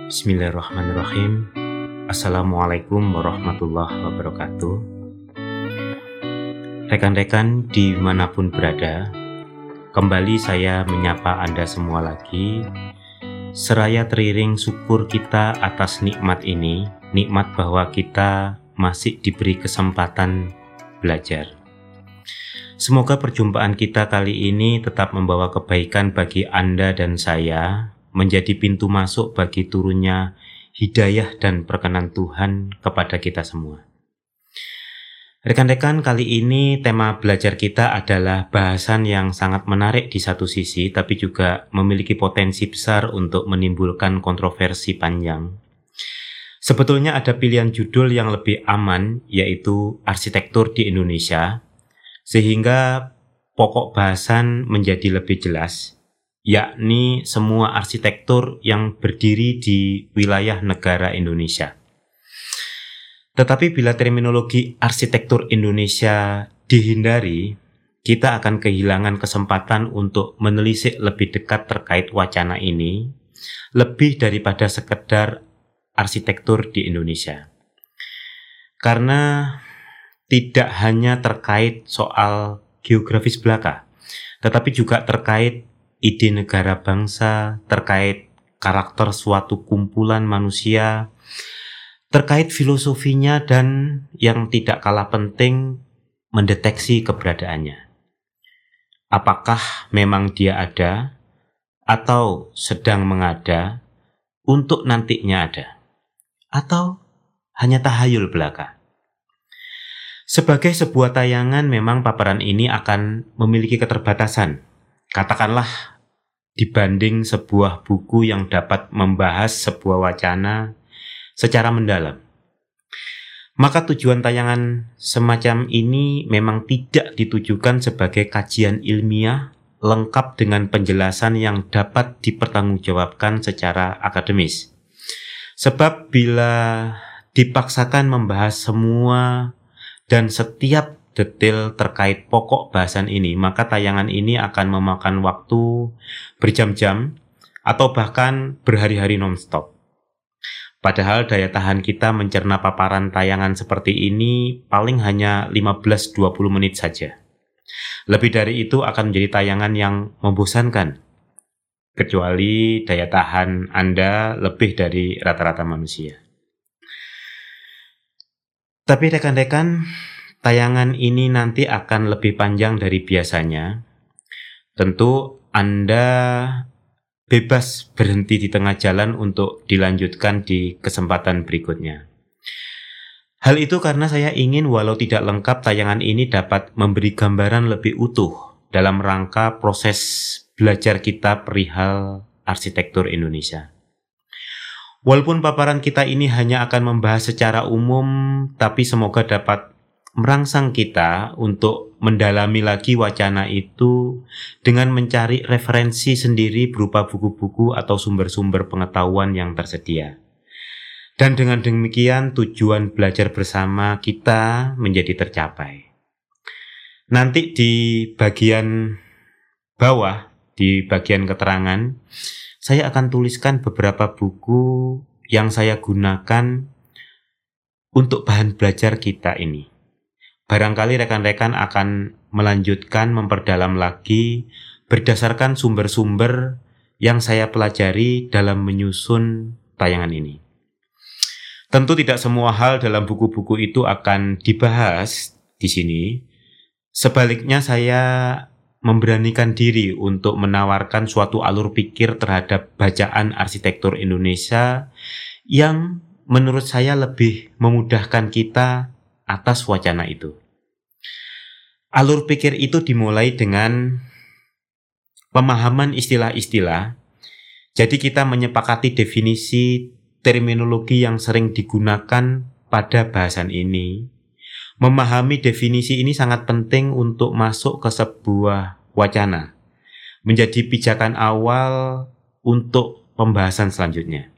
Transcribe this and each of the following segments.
Bismillahirrahmanirrahim. Assalamualaikum warahmatullahi wabarakatuh. Rekan-rekan dimanapun berada, kembali saya menyapa Anda semua lagi, seraya teriring syukur kita atas nikmat ini, nikmat bahwa kita masih diberi kesempatan belajar. Semoga perjumpaan kita kali ini tetap membawa kebaikan bagi Anda dan saya, menjadi pintu masuk bagi turunnya hidayah dan perkenan Tuhan kepada kita semua. Rekan-rekan, kali ini tema belajar kita adalah bahasan yang sangat menarik di satu sisi, tapi juga memiliki potensi besar untuk menimbulkan kontroversi panjang. Sebetulnya ada pilihan judul yang lebih aman, yaitu arsitektur di Indonesia, sehingga pokok bahasan menjadi lebih jelas, yakni semua arsitektur yang berdiri di wilayah negara Indonesia. Tetapi bila terminologi arsitektur Indonesia dihindari, kita akan kehilangan kesempatan untuk menelisik lebih dekat terkait wacana ini, lebih daripada sekedar arsitektur di Indonesia. Karena tidak hanya terkait soal geografis belaka, tetapi juga terkait ide negara bangsa, terkait karakter suatu kumpulan manusia, terkait filosofinya, dan yang tidak kalah penting, mendeteksi keberadaannya. Apakah memang dia ada, atau sedang mengada, untuk nantinya ada, atau hanya tahayul belaka. Sebagai sebuah tayangan, memang paparan ini akan memiliki keterbatasan, katakanlah dibanding sebuah buku yang dapat membahas sebuah wacana secara mendalam. Maka tujuan tayangan semacam ini memang tidak ditujukan sebagai kajian ilmiah lengkap dengan penjelasan yang dapat dipertanggungjawabkan secara akademis. Sebab bila dipaksakan membahas semua dan setiap detail terkait pokok bahasan ini, maka tayangan ini akan memakan waktu berjam-jam atau bahkan berhari-hari non-stop. Padahal daya tahan kita mencerna paparan tayangan seperti ini paling hanya 15-20 menit saja. Lebih dari itu akan menjadi tayangan yang membosankan, kecuali daya tahan Anda lebih dari rata-rata manusia. Tapi rekan-rekan, tayangan ini nanti akan lebih panjang dari biasanya. Tentu Anda bebas berhenti di tengah jalan untuk dilanjutkan di kesempatan berikutnya. Hal itu karena saya ingin walau tidak lengkap, tayangan ini dapat memberi gambaran lebih utuh dalam rangka proses belajar kita perihal arsitektur Indonesia. Walaupun paparan kita ini hanya akan membahas secara umum, tapi semoga dapat merangsang kita untuk mendalami lagi wacana itu dengan mencari referensi sendiri berupa buku-buku atau sumber-sumber pengetahuan yang tersedia. Dan dengan demikian tujuan belajar bersama kita menjadi tercapai. Nanti di bagian bawah, di bagian keterangan, saya akan tuliskan beberapa buku yang saya gunakan untuk bahan belajar kita ini. Barangkali rekan-rekan akan melanjutkan memperdalam lagi berdasarkan sumber-sumber yang saya pelajari dalam menyusun tayangan ini. Tentu tidak semua hal dalam buku-buku itu akan dibahas di sini. Sebaliknya saya memberanikan diri untuk menawarkan suatu alur pikir terhadap bacaan arsitektur Indonesia yang menurut saya lebih memudahkan kita atas wacana itu. Alur pikir itu dimulai dengan pemahaman istilah-istilah. Jadi kita menyepakati definisi terminologi yang sering digunakan pada bahasan ini. Memahami definisi ini sangat penting untuk masuk ke sebuah wacana, menjadi pijakan awal untuk pembahasan selanjutnya.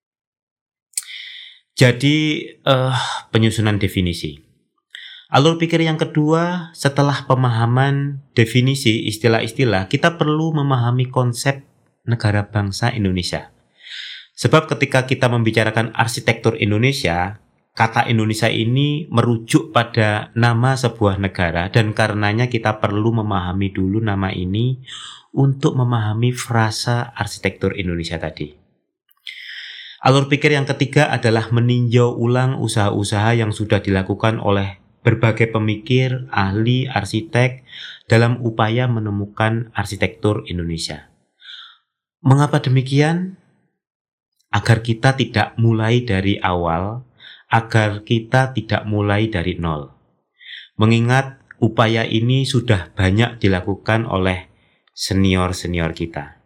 Jadi penyusunan definisi. Alur pikir yang kedua, setelah pemahaman definisi istilah-istilah, kita perlu memahami konsep negara bangsa Indonesia. Sebab ketika kita membicarakan arsitektur Indonesia, kata Indonesia ini merujuk pada nama sebuah negara, dan karenanya kita perlu memahami dulu nama ini untuk memahami frasa arsitektur Indonesia tadi. Alur pikir yang ketiga adalah meninjau ulang usaha-usaha yang sudah dilakukan oleh berbagai pemikir, ahli, arsitek dalam upaya menemukan arsitektur Indonesia. Mengapa demikian? Agar kita tidak mulai dari awal, agar kita tidak mulai dari nol. Mengingat upaya ini sudah banyak dilakukan oleh senior-senior kita.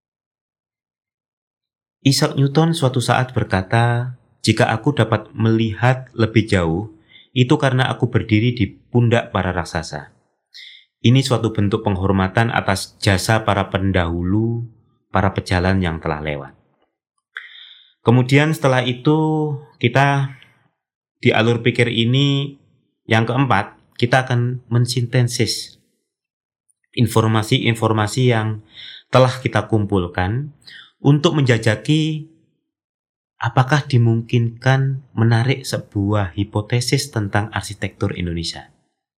Isaac Newton suatu saat berkata, "Jika aku dapat melihat lebih jauh, itu karena aku berdiri di pundak para raksasa." Ini suatu bentuk penghormatan atas jasa para pendahulu, para pejalan yang telah lewat. Kemudian setelah itu kita di alur pikir ini yang keempat, kita akan mensintesis informasi-informasi yang telah kita kumpulkan untuk menjajaki apakah dimungkinkan menarik sebuah hipotesis tentang arsitektur Indonesia.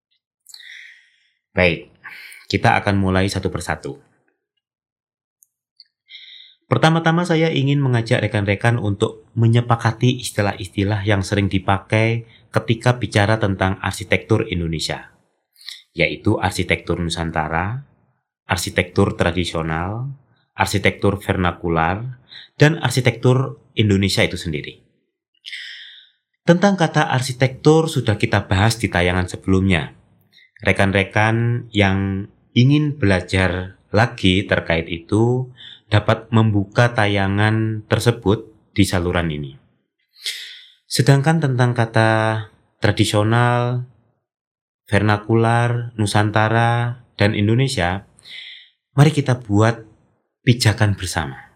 Baik, kita akan mulai satu persatu. Pertama-tama saya ingin mengajak rekan-rekan untuk menyepakati istilah-istilah yang sering dipakai ketika bicara tentang arsitektur Indonesia, yaitu arsitektur Nusantara, arsitektur tradisional, arsitektur vernakular, dan arsitektur Indonesia itu sendiri. Tentang kata arsitektur sudah kita bahas di tayangan sebelumnya. Rekan-rekan yang ingin belajar lagi terkait itu dapat membuka tayangan tersebut di saluran ini. Sedangkan tentang kata tradisional, vernakular, Nusantara, dan Indonesia, mari kita buat pijakan bersama.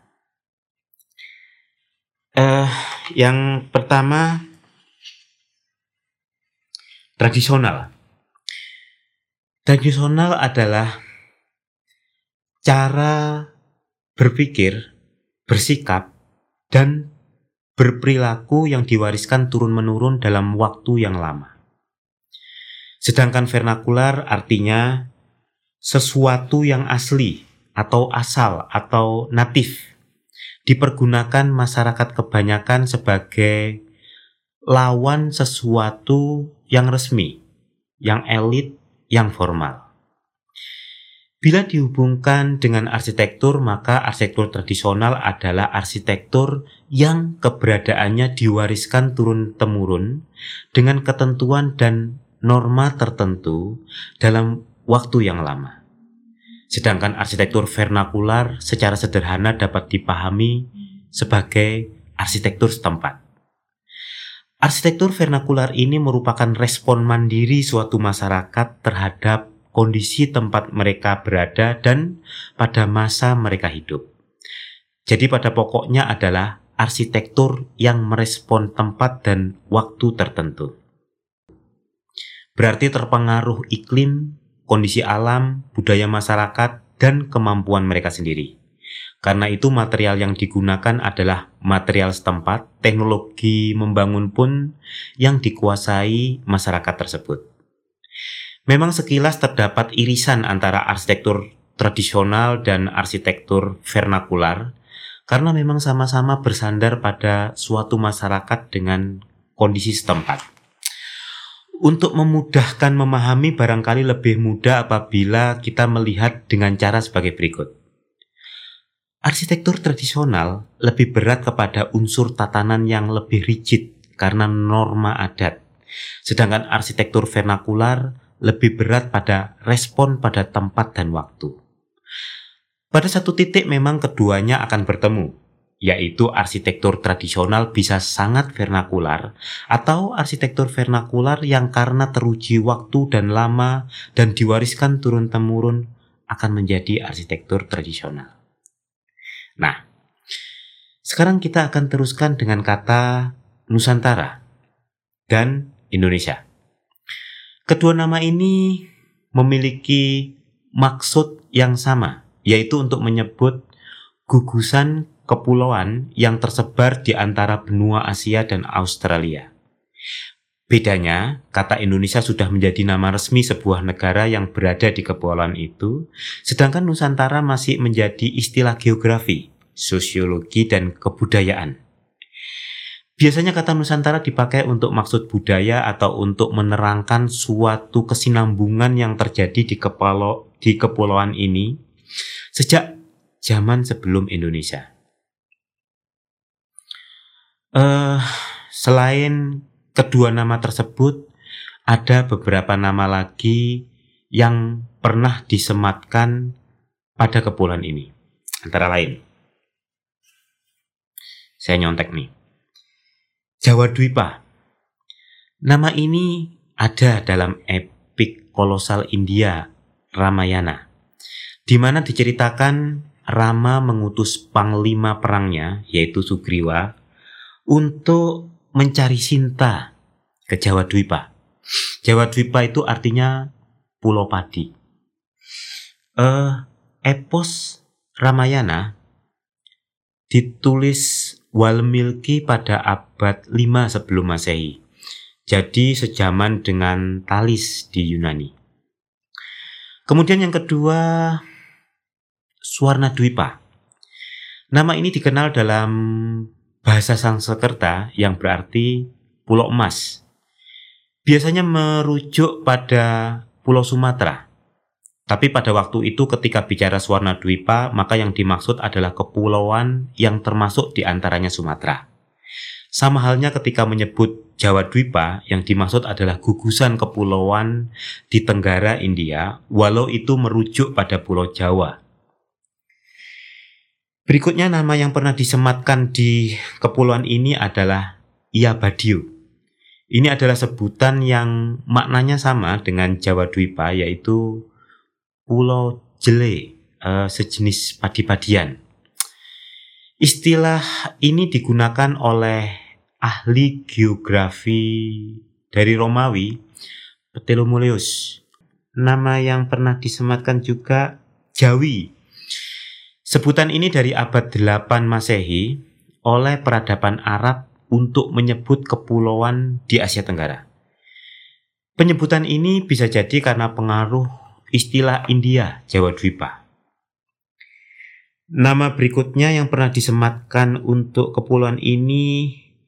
Yang pertama, tradisional. Tradisional adalah cara berpikir, bersikap, dan berperilaku yang diwariskan turun-menurun dalam waktu yang lama. Sedangkan vernakular artinya sesuatu yang asli atau asal atau natif, dipergunakan masyarakat kebanyakan sebagai lawan sesuatu yang resmi, yang elit, yang formal. Bila dihubungkan dengan arsitektur, maka arsitektur tradisional adalah arsitektur yang keberadaannya diwariskan turun-temurun dengan ketentuan dan norma tertentu dalam waktu yang lama. Sedangkan arsitektur vernakular secara sederhana dapat dipahami sebagai arsitektur setempat. Arsitektur vernakular ini merupakan respon mandiri suatu masyarakat terhadap kondisi tempat mereka berada dan pada masa mereka hidup. Jadi pada pokoknya adalah arsitektur yang merespon tempat dan waktu tertentu. Berarti terpengaruh iklim, kondisi alam, budaya masyarakat, dan kemampuan mereka sendiri. Karena itu material yang digunakan adalah material setempat, teknologi membangun pun yang dikuasai masyarakat tersebut. Memang sekilas terdapat irisan antara arsitektur tradisional dan arsitektur vernakular, karena memang sama-sama bersandar pada suatu masyarakat dengan kondisi setempat. Untuk memudahkan memahami barangkali lebih mudah apabila kita melihat dengan cara sebagai berikut. Arsitektur tradisional lebih berat kepada unsur tatanan yang lebih rigid karena norma adat, sedangkan arsitektur vernakular lebih berat pada respon pada tempat dan waktu. Pada satu titik memang keduanya akan bertemu, yaitu arsitektur tradisional bisa sangat vernakular atau arsitektur vernakular yang karena teruji waktu dan lama dan diwariskan turun-temurun akan menjadi arsitektur tradisional. Nah, sekarang kita akan teruskan dengan kata Nusantara dan Indonesia. Kedua nama ini memiliki maksud yang sama, yaitu untuk menyebut gugusan kepulauan yang tersebar di antara benua Asia dan Australia. Bedanya, kata Indonesia sudah menjadi nama resmi sebuah negara yang berada di kepulauan itu, sedangkan Nusantara masih menjadi istilah geografi, sosiologi, dan kebudayaan. Biasanya kata Nusantara dipakai untuk maksud budaya atau untuk menerangkan suatu kesinambungan yang terjadi di kepulauan ini sejak zaman sebelum Indonesia. Selain kedua nama tersebut, ada beberapa nama lagi yang pernah disematkan pada kepulauan ini. Antara lain, saya nyontek nih, Jawa Dwipa. Nama ini ada dalam epik kolosal India, Ramayana, di mana diceritakan Rama mengutus panglima perangnya, yaitu Sugriwa, untuk mencari Sinta ke Jawa Dwipa. Jawa Dwipa itu artinya pulau padi. Epos Ramayana ditulis Walmilki pada abad 5 sebelum Masehi. Jadi sejaman dengan Talis di Yunani. Kemudian yang kedua, Swarna Dwipa. Nama ini dikenal dalam bahasa Sanskerta yang berarti pulau emas. Biasanya merujuk pada Pulau Sumatera. Tapi pada waktu itu ketika bicara Swarna Dwipa, maka yang dimaksud adalah kepulauan yang termasuk di antaranya Sumatera. Sama halnya ketika menyebut Jawa Dwipa, yang dimaksud adalah gugusan kepulauan di Tenggara India, walau itu merujuk pada Pulau Jawa. Berikutnya nama yang pernah disematkan di kepulauan ini adalah Iabadiu. Ini adalah sebutan yang maknanya sama dengan Jawa Dwipa, yaitu Pulau Jele, sejenis padi-padian. Istilah ini digunakan oleh ahli geografi dari Romawi, Ptolemaeus. Nama yang pernah disematkan juga Jawi. Sebutan ini dari abad 8 Masehi oleh peradaban Arab untuk menyebut kepulauan di Asia Tenggara. Penyebutan ini bisa jadi karena pengaruh istilah India, Jawa Dwipa. Nama berikutnya yang pernah disematkan untuk kepulauan ini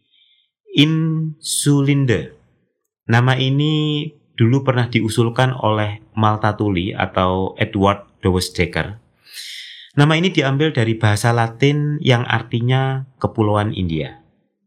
Insulinde. Nama ini dulu pernah diusulkan oleh Maltatuli atau Edward Douwesdekker. Nama ini diambil dari bahasa Latin yang artinya kepulauan India.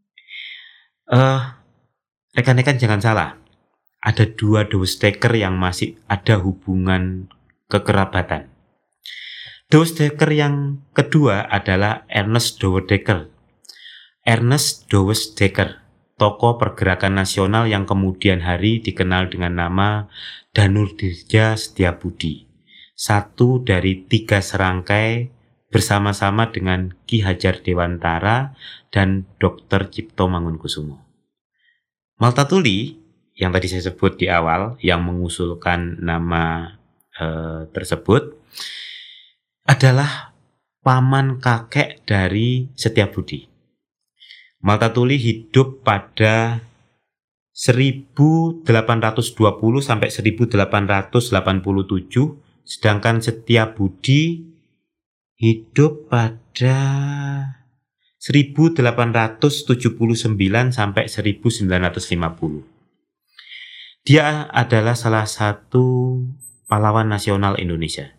Rekan-rekan jangan salah, ada dua Douwesdekker yang masih ada hubungan kekerabatan. Douwesdekker yang kedua adalah Ernest Douwesdekker. Ernest Douwesdekker, tokoh pergerakan nasional yang kemudian hari dikenal dengan nama Danurdirja Setiabudi. Satu dari 3 serangkai bersama-sama dengan Ki Hajar Dewantara dan Dr. Cipto Mangunkusumo. Maltatuli yang tadi saya sebut di awal yang mengusulkan nama tersebut adalah paman kakek dari Setiabudi. Maltatuli hidup pada 1820 sampai 1887, sedangkan Setiabudi hidup pada 1879 sampai 1950. Dia adalah salah satu pahlawan nasional Indonesia.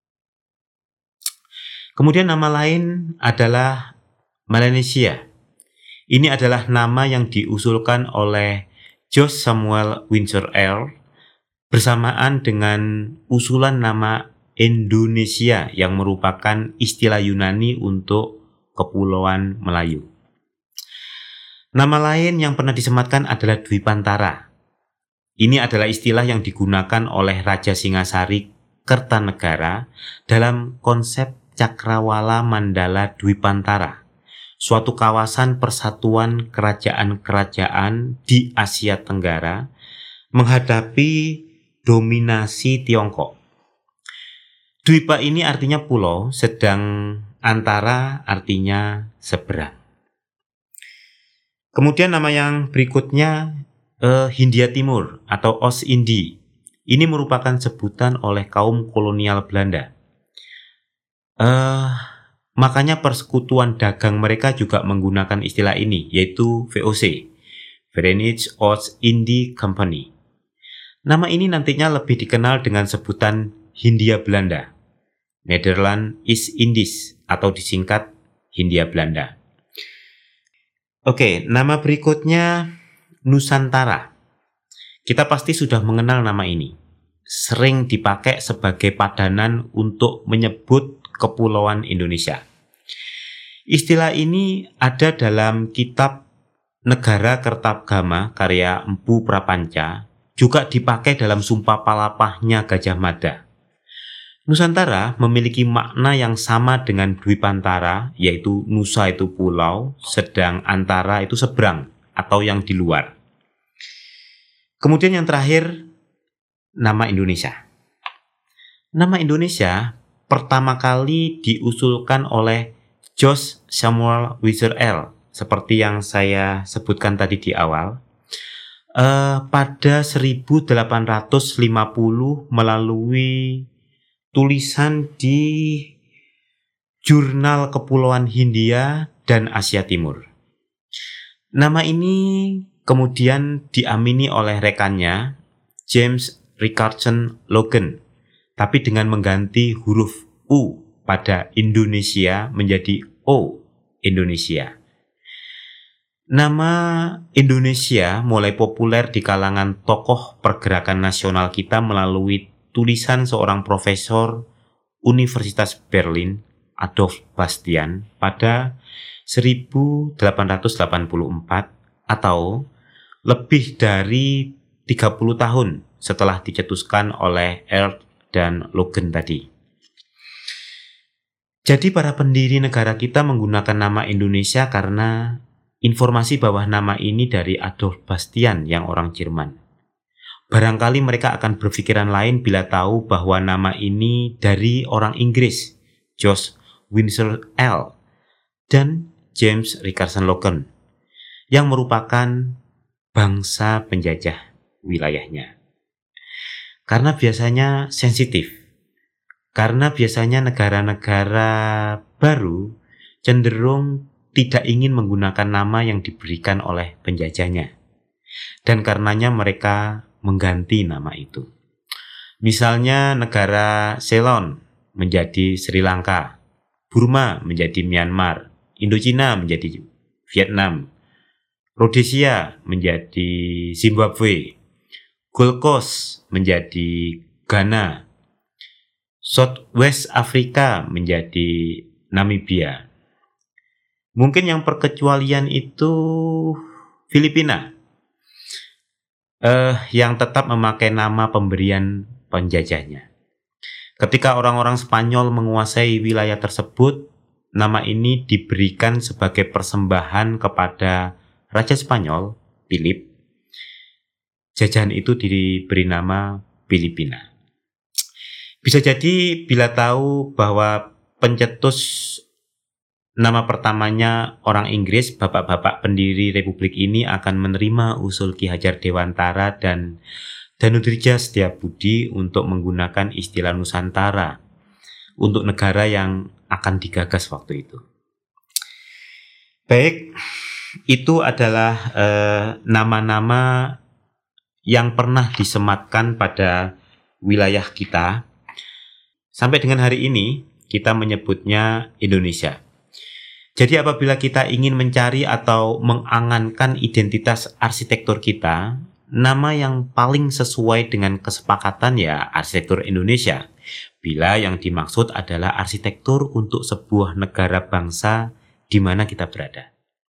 Kemudian nama lain adalah Melanesia. Ini adalah nama yang diusulkan oleh George Samuel Windsor Earl bersamaan dengan usulan nama Indonesia yang merupakan istilah Yunani untuk Kepulauan Melayu. Nama lain yang pernah disematkan adalah Dwipantara. Ini adalah istilah yang digunakan oleh Raja Singasari Kertanegara dalam konsep Cakrawala Mandala Dwipantara, suatu kawasan persatuan kerajaan-kerajaan di Asia Tenggara menghadapi dominasi Tiongkok. Dwipa ini artinya pulau, sedang antara artinya seberang. Kemudian nama yang berikutnya Hindia Timur atau Oost-Indie. Ini merupakan sebutan oleh kaum kolonial Belanda. Makanya persekutuan dagang mereka juga menggunakan istilah ini, yaitu VOC, Verenigd Oost-Indie Company. Nama ini nantinya lebih dikenal dengan sebutan Hindia Belanda, Nederland East Indies atau disingkat Hindia Belanda. Oke, nama berikutnya Nusantara. Kita pasti sudah mengenal nama ini. Sering dipakai sebagai padanan untuk menyebut kepulauan Indonesia. Istilah ini ada dalam kitab Negara Kertagama karya Empu Prapanca, juga dipakai dalam Sumpah Palapahnya Gajah Mada. Nusantara memiliki makna yang sama dengan Dwipantara, yaitu Nusa itu pulau, sedang Antara itu seberang atau yang di luar. Kemudian yang terakhir, nama Indonesia. Nama Indonesia pertama kali diusulkan oleh George Samuel Wizard seperti yang saya sebutkan tadi di awal, pada 1850 melalui tulisan di Jurnal Kepulauan Hindia dan Asia Timur. Nama ini kemudian diamini oleh rekannya James Richardson Logan, tapi dengan mengganti huruf U pada Indonesia menjadi O, Indonesia. Nama Indonesia mulai populer di kalangan tokoh pergerakan nasional kita melalui tulisan seorang profesor Universitas Berlin, Adolf Bastian, pada 1884 atau lebih dari 30 tahun setelah dicetuskan oleh Earl dan Logan tadi. Jadi para pendiri negara kita menggunakan nama Indonesia karena informasi bahwa nama ini dari Adolf Bastian yang orang Jerman. Barangkali mereka akan berpikiran lain bila tahu bahwa nama ini dari orang Inggris, George Winthrop dan James Richardson Logan, yang merupakan bangsa penjajah wilayahnya. Karena biasanya sensitif, karena biasanya negara-negara baru cenderung tidak ingin menggunakan nama yang diberikan oleh penjajahnya, dan karenanya mereka mengganti nama itu. Misalnya negara Ceylon menjadi Sri Lanka, Burma menjadi Myanmar, Indochina menjadi Vietnam, Rhodesia menjadi Zimbabwe, Gold Coast menjadi Ghana, South West Afrika menjadi Namibia. Mungkin yang perkecualian itu Filipina, yang tetap memakai nama pemberian penjajahnya. Ketika orang-orang Spanyol menguasai wilayah tersebut, nama ini diberikan sebagai persembahan kepada Raja Spanyol, Philip. Jajahan itu diberi nama Filipina. Bisa jadi bila tahu bahwa pencetus nama pertamanya orang Inggris, bapak-bapak pendiri Republik ini akan menerima usul Ki Hajar Dewantara dan Danudrija Setiabudi untuk menggunakan istilah Nusantara untuk negara yang akan digagas waktu itu. Baik, itu adalah nama-nama yang pernah disematkan pada wilayah kita. Sampai dengan hari ini kita menyebutnya Indonesia. Jadi apabila kita ingin mencari atau mengangankan identitas arsitektur kita, nama yang paling sesuai dengan kesepakatan ya arsitektur Indonesia. Bila yang dimaksud adalah arsitektur untuk sebuah negara bangsa di mana kita berada.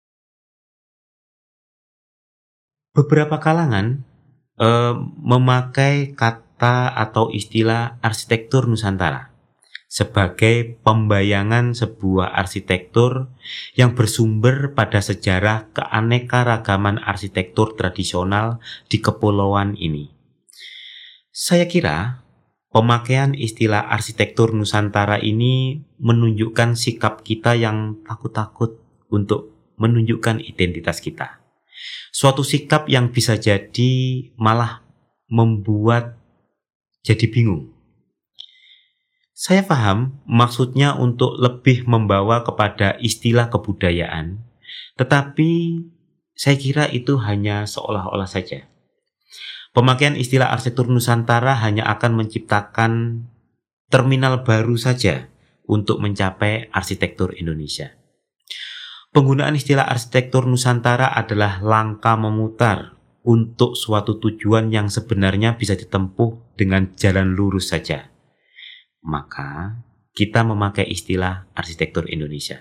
Beberapa kalangan memakai kata atau istilah arsitektur Nusantara sebagai pembayangan sebuah arsitektur yang bersumber pada sejarah keanekaragaman arsitektur tradisional di kepulauan ini. Saya kira Pemakaian istilah arsitektur Nusantara ini menunjukkan sikap kita yang takut-takut untuk menunjukkan identitas kita. Suatu sikap yang bisa jadi malah membuat jadi bingung. Saya paham maksudnya untuk lebih membawa kepada istilah kebudayaan, tetapi saya kira itu hanya seolah-olah saja. Pemakaian istilah arsitektur Nusantara hanya akan menciptakan terminal baru saja untuk mencapai arsitektur Indonesia. Penggunaan istilah arsitektur Nusantara adalah langkah memutar untuk suatu tujuan yang sebenarnya bisa ditempuh dengan jalan lurus saja. Maka kita memakai istilah arsitektur Indonesia.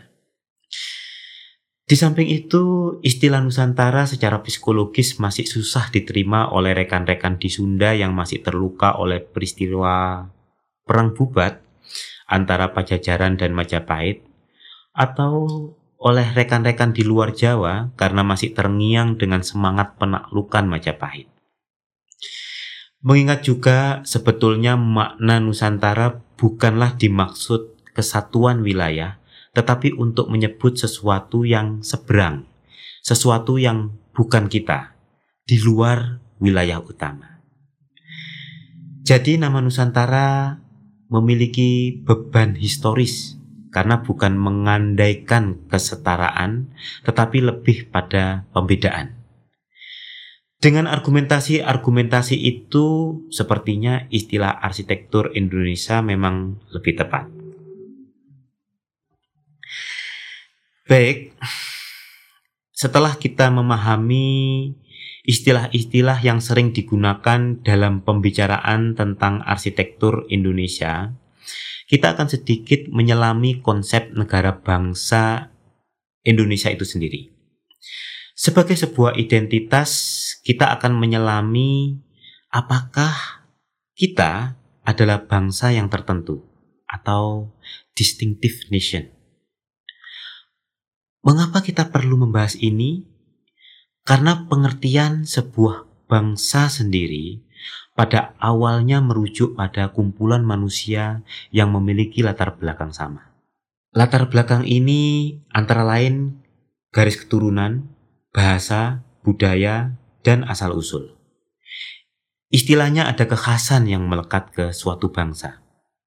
Di samping itu, istilah Nusantara secara psikologis masih susah diterima oleh rekan-rekan di Sunda yang masih terluka oleh peristiwa Perang Bubat antara Pajajaran dan Majapahit, atau oleh rekan-rekan di luar Jawa karena masih terngiang dengan semangat penaklukan Majapahit. Mengingat juga sebetulnya makna Nusantara bukanlah dimaksud kesatuan wilayah, tetapi untuk menyebut sesuatu yang seberang, sesuatu yang bukan kita, di luar wilayah utama. Jadi nama Nusantara memiliki beban historis, karena bukan mengandaikan kesetaraan, tetapi lebih pada pembedaan. Dengan argumentasi-argumentasi itu, sepertinya istilah arsitektur Indonesia memang lebih tepat. Baik, setelah kita memahami istilah-istilah yang sering digunakan dalam pembicaraan tentang arsitektur Indonesia, kita akan sedikit menyelami konsep negara bangsa Indonesia itu sendiri. Sebagai sebuah identitas, kita akan menyelami apakah kita adalah bangsa yang tertentu atau distinctive nation. Mengapa kita perlu membahas ini? Karena pengertian sebuah bangsa sendiri pada awalnya merujuk pada kumpulan manusia yang memiliki latar belakang sama. Latar belakang ini antara lain garis keturunan, bahasa, budaya, dan asal-usul. Istilahnya ada kekhasan yang melekat ke suatu bangsa.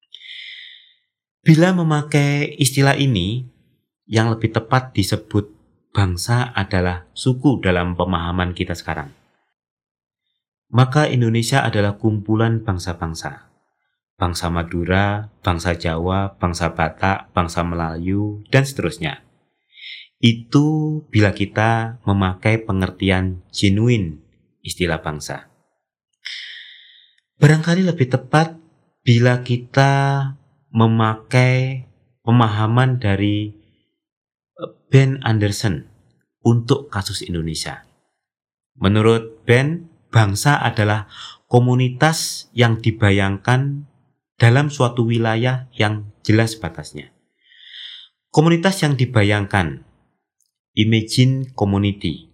Bila memakai istilah ini, yang lebih tepat disebut bangsa adalah suku dalam pemahaman kita sekarang. Maka Indonesia adalah kumpulan bangsa-bangsa. Bangsa Madura, bangsa Jawa, bangsa Batak, bangsa Melayu, dan seterusnya. Itu bila kita memakai pengertian genuine istilah bangsa. Barangkali lebih tepat bila kita memakai pemahaman dari Ben Anderson untuk kasus Indonesia. Menurut Ben, bangsa adalah komunitas yang dibayangkan dalam suatu wilayah yang jelas batasnya. Komunitas yang dibayangkan, imagine community,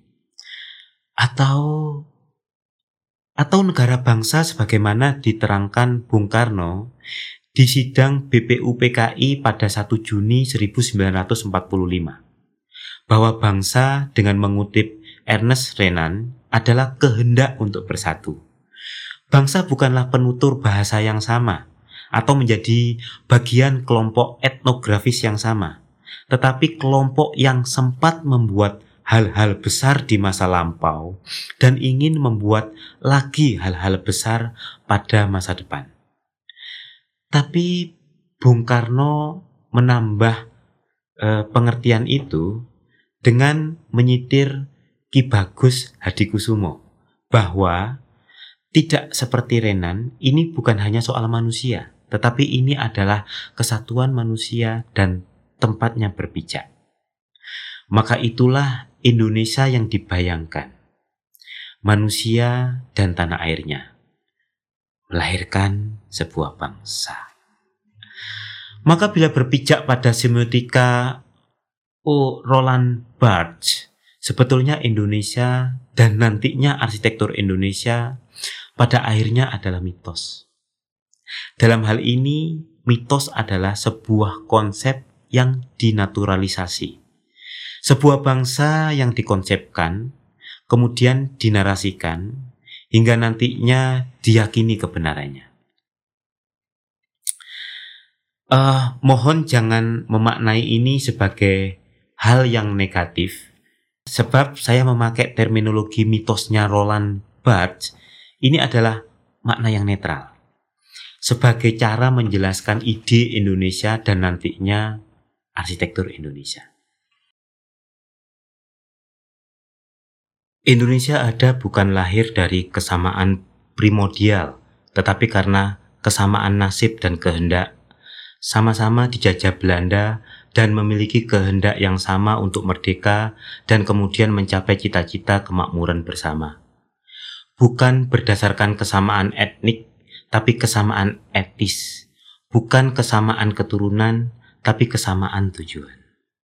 atau negara bangsa sebagaimana diterangkan Bung Karno di sidang BPUPKI pada 1 Juni 1945, bahwa bangsa dengan mengutip Ernest Renan adalah kehendak untuk bersatu. Bangsa bukanlah penutur bahasa yang sama atau menjadi bagian kelompok etnografis yang sama, tetapi kelompok yang sempat membuat hal-hal besar di masa lampau dan ingin membuat lagi hal-hal besar pada masa depan. Tapi Bung Karno menambah pengertian itu dengan menyitir Ki Bagus Hadikusumo bahwa tidak seperti Renan, ini bukan hanya soal manusia, tetapi ini adalah kesatuan manusia dan tempatnya berpijak. Maka itulah Indonesia yang dibayangkan, manusia dan tanah airnya, melahirkan sebuah bangsa. Maka bila berpijak pada semiotika Roland Barthes, sebetulnya Indonesia dan nantinya arsitektur Indonesia pada akhirnya adalah mitos. Dalam hal ini, mitos adalah sebuah konsep yang dinaturalisasi. Sebuah bangsa yang dikonsepkan, kemudian dinarasikan, hingga nantinya diyakini kebenarannya. Mohon jangan memaknai ini sebagai hal yang negatif, sebab saya memakai terminologi mitosnya Roland Barthes. Ini adalah makna yang netral, sebagai cara menjelaskan ide Indonesia dan nantinya arsitektur Indonesia. Indonesia ada bukan lahir dari kesamaan primordial, tetapi karena kesamaan nasib dan kehendak. Sama-sama dijajah Belanda dan memiliki kehendak yang sama untuk merdeka dan kemudian mencapai cita-cita kemakmuran bersama. Bukan berdasarkan kesamaan etnik, tapi kesamaan etis. Bukan kesamaan keturunan, tapi kesamaan tujuan.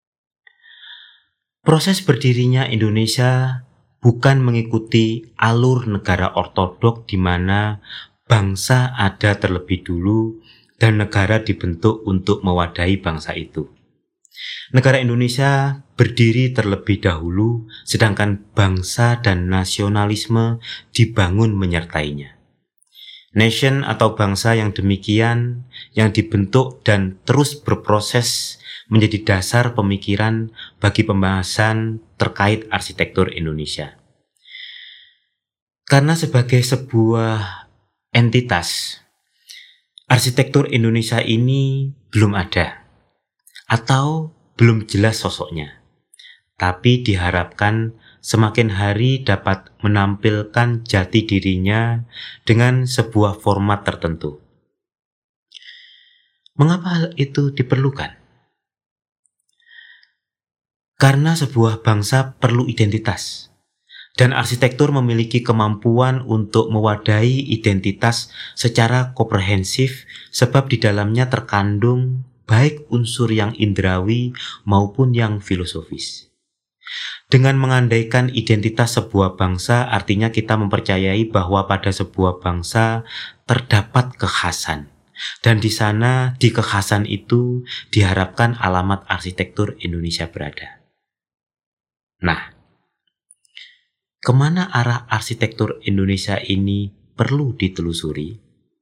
Proses berdirinya Indonesia bukan mengikuti alur negara ortodok di mana bangsa ada terlebih dulu dan negara dibentuk untuk mewadahi bangsa itu. Negara Indonesia berdiri terlebih dahulu, sedangkan bangsa dan nasionalisme dibangun menyertainya. Nation atau bangsa yang demikian, yang dibentuk dan terus berproses menjadi dasar pemikiran bagi pembahasan terkait arsitektur Indonesia. Karena sebagai sebuah entitas, arsitektur Indonesia ini belum ada atau belum jelas sosoknya, tapi diharapkan semakin hari dapat menampilkan jati dirinya dengan sebuah format tertentu. Mengapa hal itu diperlukan? Karena sebuah bangsa perlu identitas. Dan arsitektur memiliki kemampuan untuk mewadahi identitas secara komprehensif sebab di dalamnya terkandung baik unsur yang indrawi maupun yang filosofis. Dengan mengandaikan identitas sebuah bangsa artinya kita mempercayai bahwa pada sebuah bangsa terdapat kekhasan. Dan di sana, di kekhasan itu diharapkan alamat arsitektur Indonesia berada. Nah, kemana arah arsitektur Indonesia ini perlu ditelusuri?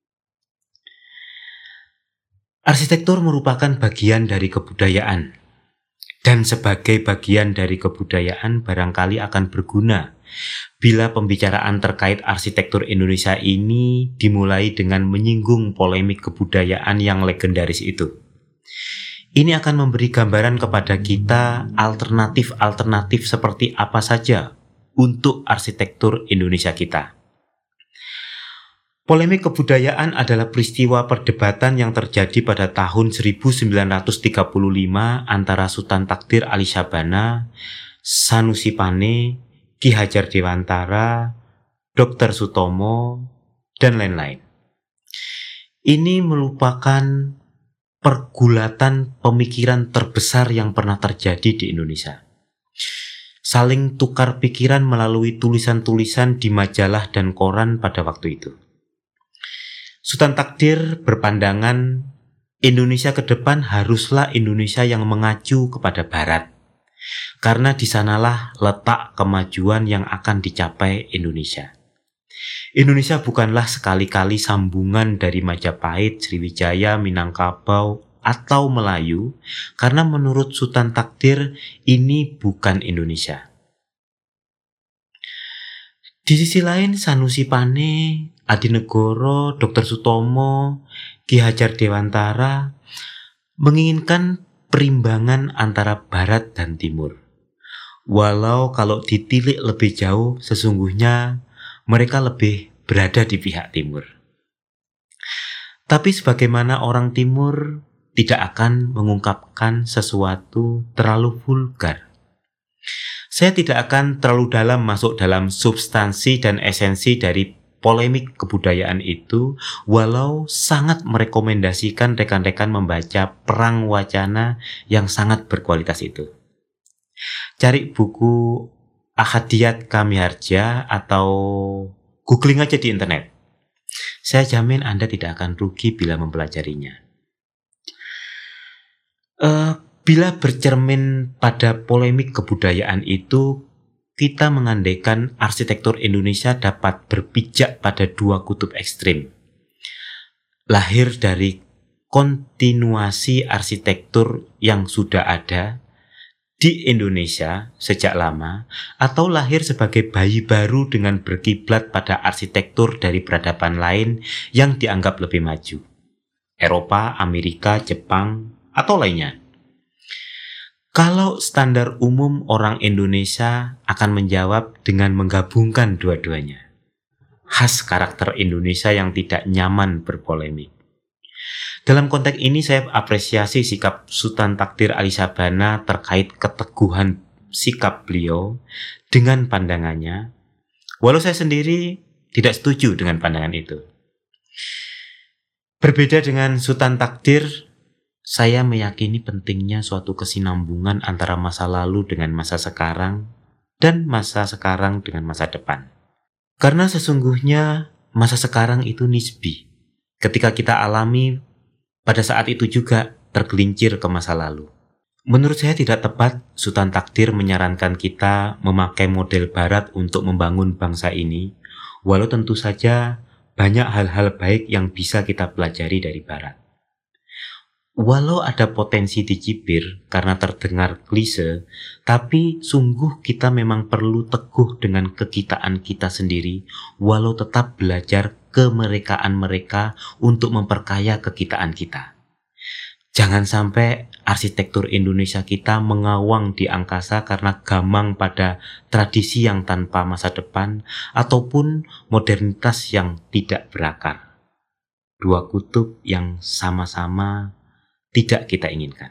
Arsitektur merupakan bagian dari kebudayaan, dan sebagai bagian dari kebudayaan barangkali akan berguna bila pembicaraan terkait arsitektur Indonesia ini dimulai dengan menyinggung polemik kebudayaan yang legendaris itu. Ini akan memberi gambaran kepada kita alternatif-alternatif seperti apa saja untuk arsitektur Indonesia kita. Polemik kebudayaan adalah peristiwa perdebatan yang terjadi pada tahun 1935 antara Sultan Takdir Ali Syabana, Sanusi Pane, Ki Hajar Dewantara, Dr. Sutomo, dan lain-lain. Ini merupakan pergulatan pemikiran terbesar yang pernah terjadi di Indonesia. Saling tukar pikiran melalui tulisan-tulisan di majalah dan koran pada waktu itu. Sultan Takdir berpandangan Indonesia ke depan haruslah Indonesia yang mengacu kepada Barat, karena di sanalah letak kemajuan yang akan dicapai Indonesia. Indonesia bukanlah sekali-kali sambungan dari Majapahit, Sriwijaya, Minangkabau, atau Melayu, karena menurut Sultan Takdir ini bukan Indonesia. Di sisi lain Sanusi Pane, Adinegoro, Dr. Sutomo, Ki Hajar Dewantara menginginkan perimbangan antara Barat dan Timur. Walau kalau ditilik lebih jauh sesungguhnya mereka lebih berada di pihak Timur. Tapi sebagaimana orang Timur tidak akan mengungkapkan sesuatu terlalu vulgar. Saya tidak akan terlalu dalam masuk dalam substansi dan esensi dari polemik kebudayaan itu, walau sangat merekomendasikan rekan-rekan membaca Perang Wacana yang sangat berkualitas itu. Cari buku Ahadiyat Kamiharja atau googling aja di internet. Saya jamin Anda tidak akan rugi bila mempelajarinya. Bila bercermin pada polemik kebudayaan itu, kita mengandaikan arsitektur Indonesia dapat berpijak pada dua kutub ekstrim. Lahir dari kontinuasi arsitektur yang sudah ada di Indonesia sejak lama, atau lahir sebagai bayi baru dengan berkiblat pada arsitektur dari peradaban lain yang dianggap lebih maju. Eropa, Amerika, Jepang, atau lainnya. Kalau standar umum orang Indonesia akan menjawab dengan menggabungkan dua-duanya. Khas karakter Indonesia yang tidak nyaman berpolemik. Dalam konteks ini saya apresiasi sikap Sultan Takdir Ali Sabana terkait keteguhan sikap beliau dengan pandangannya, walau saya sendiri tidak setuju dengan pandangan itu. Berbeda dengan Sultan Takdir, saya meyakini pentingnya suatu kesinambungan antara masa lalu dengan masa sekarang dan masa sekarang dengan masa depan. Karena sesungguhnya masa sekarang itu nisbi. Ketika kita alami, pada saat itu juga tergelincir ke masa lalu. Menurut saya tidak tepat Sultan Takdir menyarankan kita memakai model barat untuk membangun bangsa ini, walau tentu saja banyak hal-hal baik yang bisa kita pelajari dari barat. Walau ada potensi dicibir karena terdengar klise, tapi sungguh kita memang perlu teguh dengan kekitaan kita sendiri, walau tetap belajar kemerekaan mereka untuk memperkaya kekitaan kita. Jangan sampai arsitektur Indonesia kita mengawang di angkasa karena gamang pada tradisi yang tanpa masa depan ataupun modernitas yang tidak berakar. Dua kutub yang sama-sama tidak kita inginkan.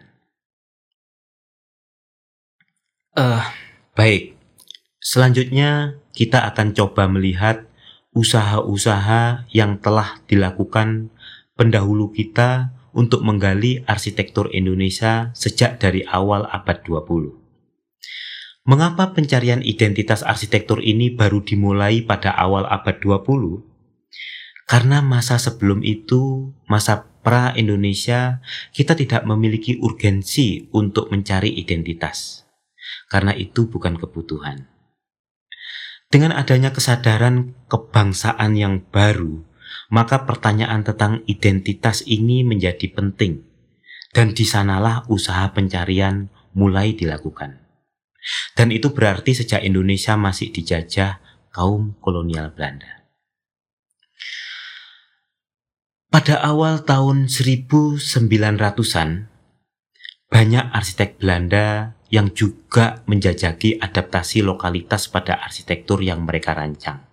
Baik, selanjutnya kita akan coba melihat usaha-usaha yang telah dilakukan pendahulu kita untuk menggali arsitektur Indonesia sejak dari awal abad 20. Mengapa pencarian identitas arsitektur ini baru dimulai pada awal abad 20? Karena masa sebelum itu, masa pra-Indonesia, kita tidak memiliki urgensi untuk mencari identitas. Karena itu bukan kebutuhan. Dengan adanya kesadaran kebangsaan yang baru, maka pertanyaan tentang identitas ini menjadi penting. Dan di sanalah usaha pencarian mulai dilakukan. Dan itu berarti sejak Indonesia masih dijajah kaum kolonial Belanda. Pada awal tahun 1900-an, banyak arsitek Belanda yang juga menjajaki adaptasi lokalitas pada arsitektur yang mereka rancang.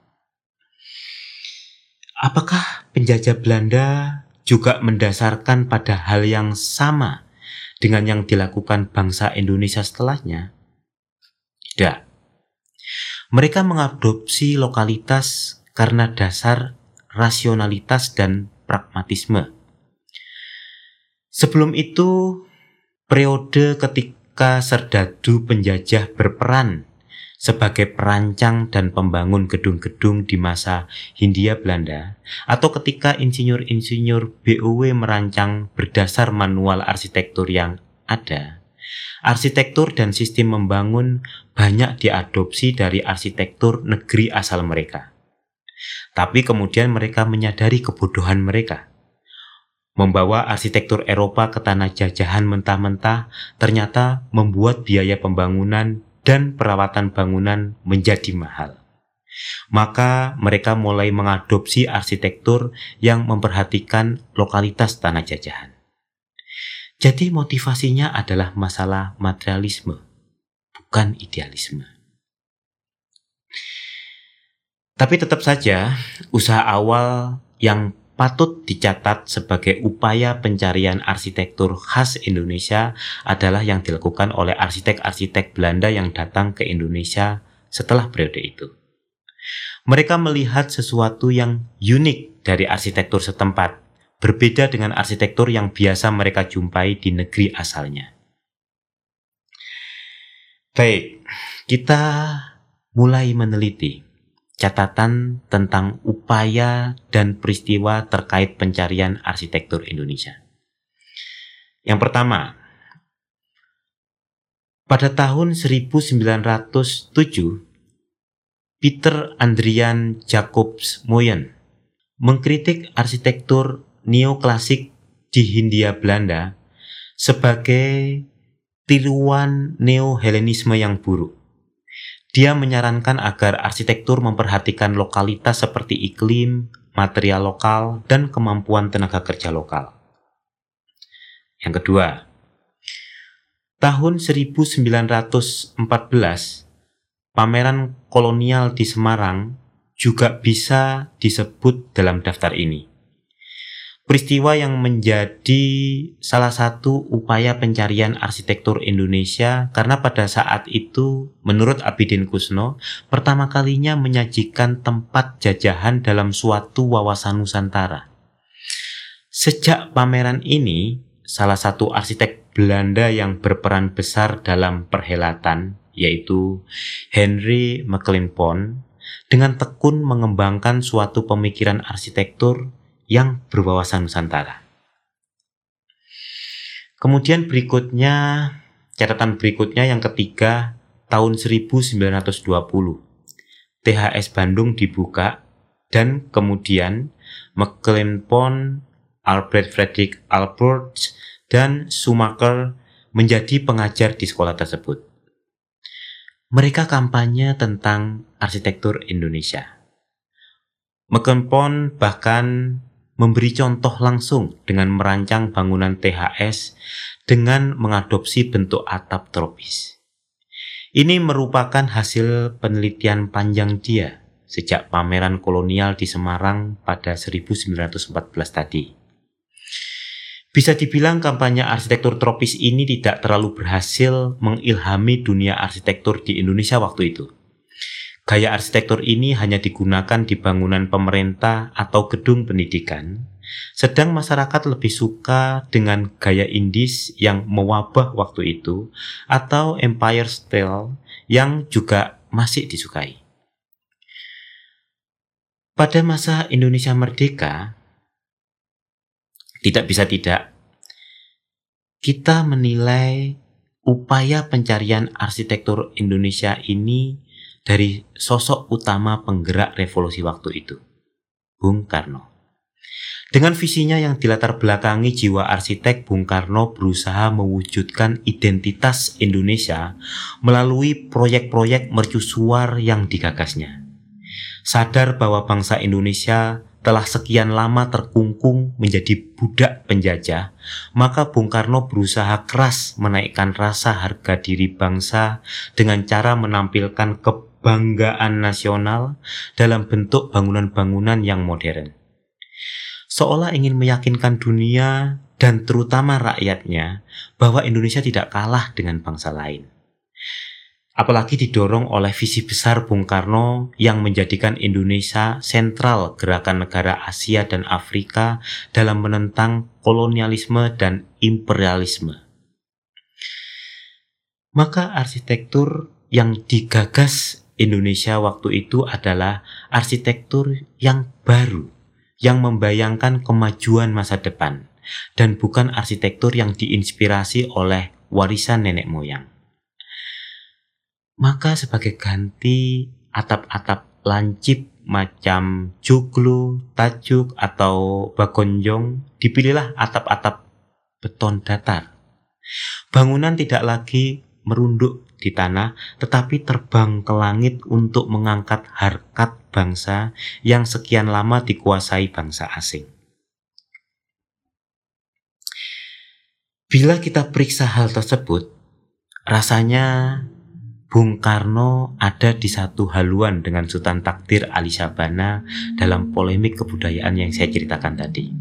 Apakah penjajah Belanda juga mendasarkan pada hal yang sama dengan yang dilakukan bangsa Indonesia setelahnya? Tidak. Mereka mengadopsi lokalitas karena dasar rasionalitas dan pragmatisme. Sebelum itu, periode ketika serdadu penjajah berperan sebagai perancang dan pembangun gedung-gedung di masa Hindia Belanda, atau ketika insinyur-insinyur BOW merancang berdasar manual arsitektur yang ada, arsitektur dan sistem membangun banyak diadopsi dari arsitektur negeri asal mereka. Tapi kemudian mereka menyadari kebodohan mereka. Membawa arsitektur Eropa ke tanah jajahan mentah-mentah ternyata membuat biaya pembangunan dan perawatan bangunan menjadi mahal. Maka mereka mulai mengadopsi arsitektur yang memperhatikan lokalitas tanah jajahan. Jadi motivasinya adalah masalah materialisme, bukan idealisme. Tapi tetap saja, usaha awal yang patut dicatat sebagai upaya pencarian arsitektur khas Indonesia adalah yang dilakukan oleh arsitek-arsitek Belanda yang datang ke Indonesia setelah periode itu. Mereka melihat sesuatu yang unik dari arsitektur setempat, berbeda dengan arsitektur yang biasa mereka jumpai di negeri asalnya. Baik, kita mulai meneliti catatan tentang upaya upaya dan peristiwa terkait pencarian arsitektur Indonesia. Yang pertama, pada tahun 1907, Peter Adrian Jacobs Moyen mengkritik arsitektur neoklasik di Hindia Belanda sebagai tiruan neo-Helenisme yang buruk. Dia menyarankan agar arsitektur memperhatikan lokalitas seperti iklim, material lokal, dan kemampuan tenaga kerja lokal. Yang kedua, tahun 1914, pameran kolonial di Semarang juga bisa disebut dalam daftar ini. Peristiwa yang menjadi salah satu upaya pencarian arsitektur Indonesia karena pada saat itu, menurut Abidin Kusno, pertama kalinya menyajikan tempat jajahan dalam suatu wawasan Nusantara. Sejak pameran ini, salah satu arsitek Belanda yang berperan besar dalam perhelatan, yaitu Henry Mecklenpont, dengan tekun mengembangkan suatu pemikiran arsitektur yang berwawasan Nusantara. Kemudian catatan berikutnya yang ketiga, tahun 1920, THS Bandung dibuka dan kemudian Mecklenpont, Albert Frederick Alberts, dan Schumacher menjadi pengajar di sekolah tersebut. Mereka kampanye tentang arsitektur Indonesia. Mecklenpont bahkan memberi contoh langsung dengan merancang bangunan THS dengan mengadopsi bentuk atap tropis. Ini merupakan hasil penelitian panjang dia sejak pameran kolonial di Semarang pada 1914 tadi. Bisa dibilang kampanye arsitektur tropis ini tidak terlalu berhasil mengilhami dunia arsitektur di Indonesia waktu itu. Gaya arsitektur ini hanya digunakan di bangunan pemerintah atau gedung pendidikan, sedang masyarakat lebih suka dengan gaya Indis yang mewabah waktu itu atau Empire Style yang juga masih disukai. Pada masa Indonesia Merdeka, tidak bisa tidak, kita menilai upaya pencarian arsitektur Indonesia ini dari sosok utama penggerak revolusi waktu itu, Bung Karno. Dengan visinya yang dilatar belakangi jiwa arsitek, Bung Karno berusaha mewujudkan identitas Indonesia melalui proyek-proyek mercusuar yang digagasnya. Sadar bahwa bangsa Indonesia telah sekian lama terkungkung menjadi budak penjajah, maka Bung Karno berusaha keras menaikkan rasa harga diri bangsa dengan cara menampilkan kebanggaan nasional dalam bentuk bangunan-bangunan yang modern. Seolah ingin meyakinkan dunia dan terutama rakyatnya bahwa Indonesia tidak kalah dengan bangsa lain. Apalagi didorong oleh visi besar Bung Karno yang menjadikan Indonesia sentral gerakan negara Asia dan Afrika dalam menentang kolonialisme dan imperialisme. Maka arsitektur yang digagas Indonesia waktu itu adalah arsitektur yang baru, yang membayangkan kemajuan masa depan, dan bukan arsitektur yang diinspirasi oleh warisan nenek moyang. Maka sebagai ganti atap-atap lancip macam joglo, tajuk, atau bagonjong, dipilihlah atap-atap beton datar. Bangunan tidak lagi merunduk di tanah, tetapi terbang ke langit untuk mengangkat harkat bangsa yang sekian lama dikuasai bangsa asing. Bila kita periksa hal tersebut, rasanya Bung Karno ada di satu haluan dengan Sultan Takdir Ali Syabana dalam polemik kebudayaan yang saya ceritakan tadi.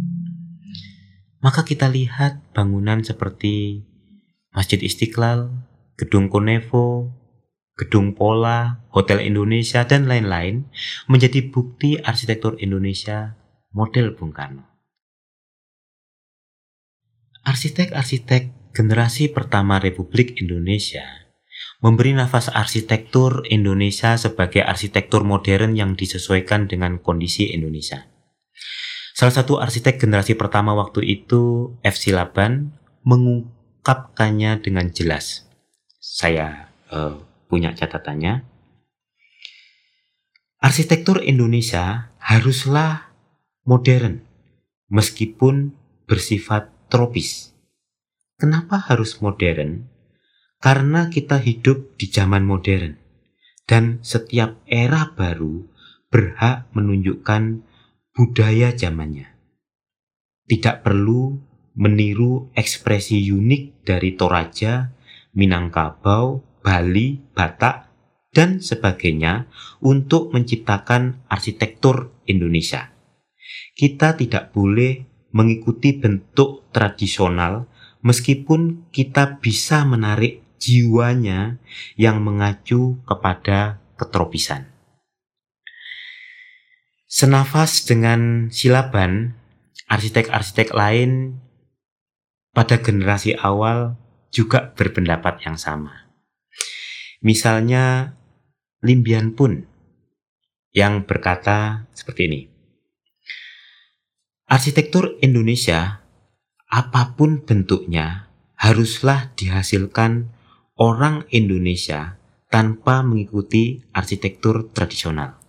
Maka kita lihat bangunan seperti Masjid Istiqlal, Gedung Konevo, Gedung Pola, Hotel Indonesia, dan lain-lain menjadi bukti arsitektur Indonesia model Bung Karno. Arsitek-arsitek generasi pertama Republik Indonesia memberi nafas arsitektur Indonesia sebagai arsitektur modern yang disesuaikan dengan kondisi Indonesia. Salah satu arsitek generasi pertama waktu itu, F. Silaban, mengungkapkannya dengan jelas. Saya punya catatannya. Arsitektur Indonesia haruslah modern, meskipun bersifat tropis. Kenapa harus modern? Karena kita hidup di zaman modern, dan setiap era baru berhak menunjukkan budaya zamannya. Tidak perlu meniru ekspresi unik dari Toraja, Minangkabau, Bali, Batak, dan sebagainya untuk menciptakan arsitektur Indonesia. Kita tidak boleh mengikuti bentuk tradisional meskipun kita bisa menarik jiwanya yang mengacu kepada ketropisan. Senafas dengan Silaban, arsitek-arsitek lain pada generasi awal juga berpendapat yang sama. Misalnya Lim Bian Pun yang berkata seperti ini. Arsitektur Indonesia, apapun bentuknya, haruslah dihasilkan orang Indonesia tanpa mengikuti arsitektur tradisional.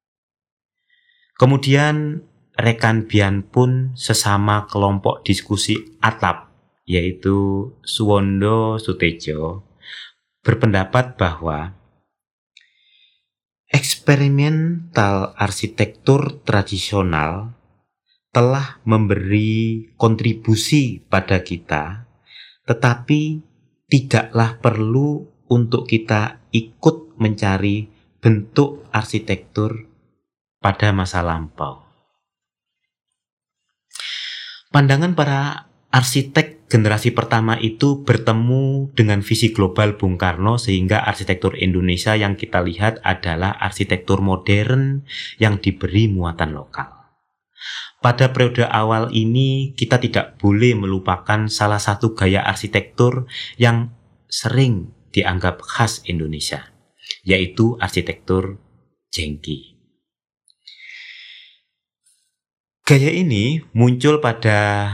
Kemudian rekan Bian Pun sesama kelompok diskusi atap, yaitu Suwondo Sutejo, berpendapat bahwa eksperimental arsitektur tradisional telah memberi kontribusi pada kita, tetapi tidaklah perlu untuk kita ikut mencari bentuk arsitektur pada masa lampau. Pandangan para arsitek generasi pertama itu bertemu dengan visi global Bung Karno sehingga arsitektur Indonesia yang kita lihat adalah arsitektur modern yang diberi muatan lokal. Pada periode awal ini kita tidak boleh melupakan salah satu gaya arsitektur yang sering dianggap khas Indonesia, yaitu arsitektur Jengki. Gaya ini muncul pada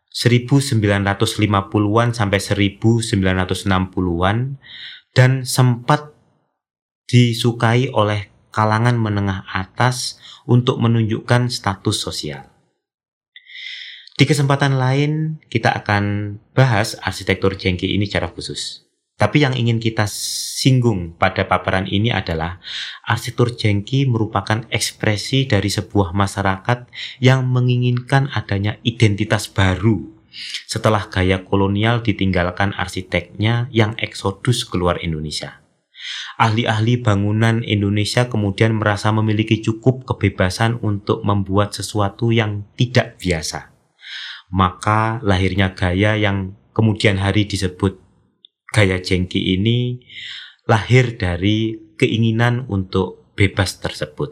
1950-an sampai 1960-an dan sempat disukai oleh kalangan menengah atas untuk menunjukkan status sosial. Di kesempatan lain kita akan bahas arsitektur Jengki ini secara khusus. Tapi yang ingin kita singgung pada paparan ini adalah arsitektur Jengki merupakan ekspresi dari sebuah masyarakat yang menginginkan adanya identitas baru setelah gaya kolonial ditinggalkan arsiteknya yang eksodus keluar Indonesia. Ahli-ahli bangunan Indonesia kemudian merasa memiliki cukup kebebasan untuk membuat sesuatu yang tidak biasa. Maka lahirnya gaya yang kemudian hari disebut gaya Jengki ini lahir dari keinginan untuk bebas tersebut.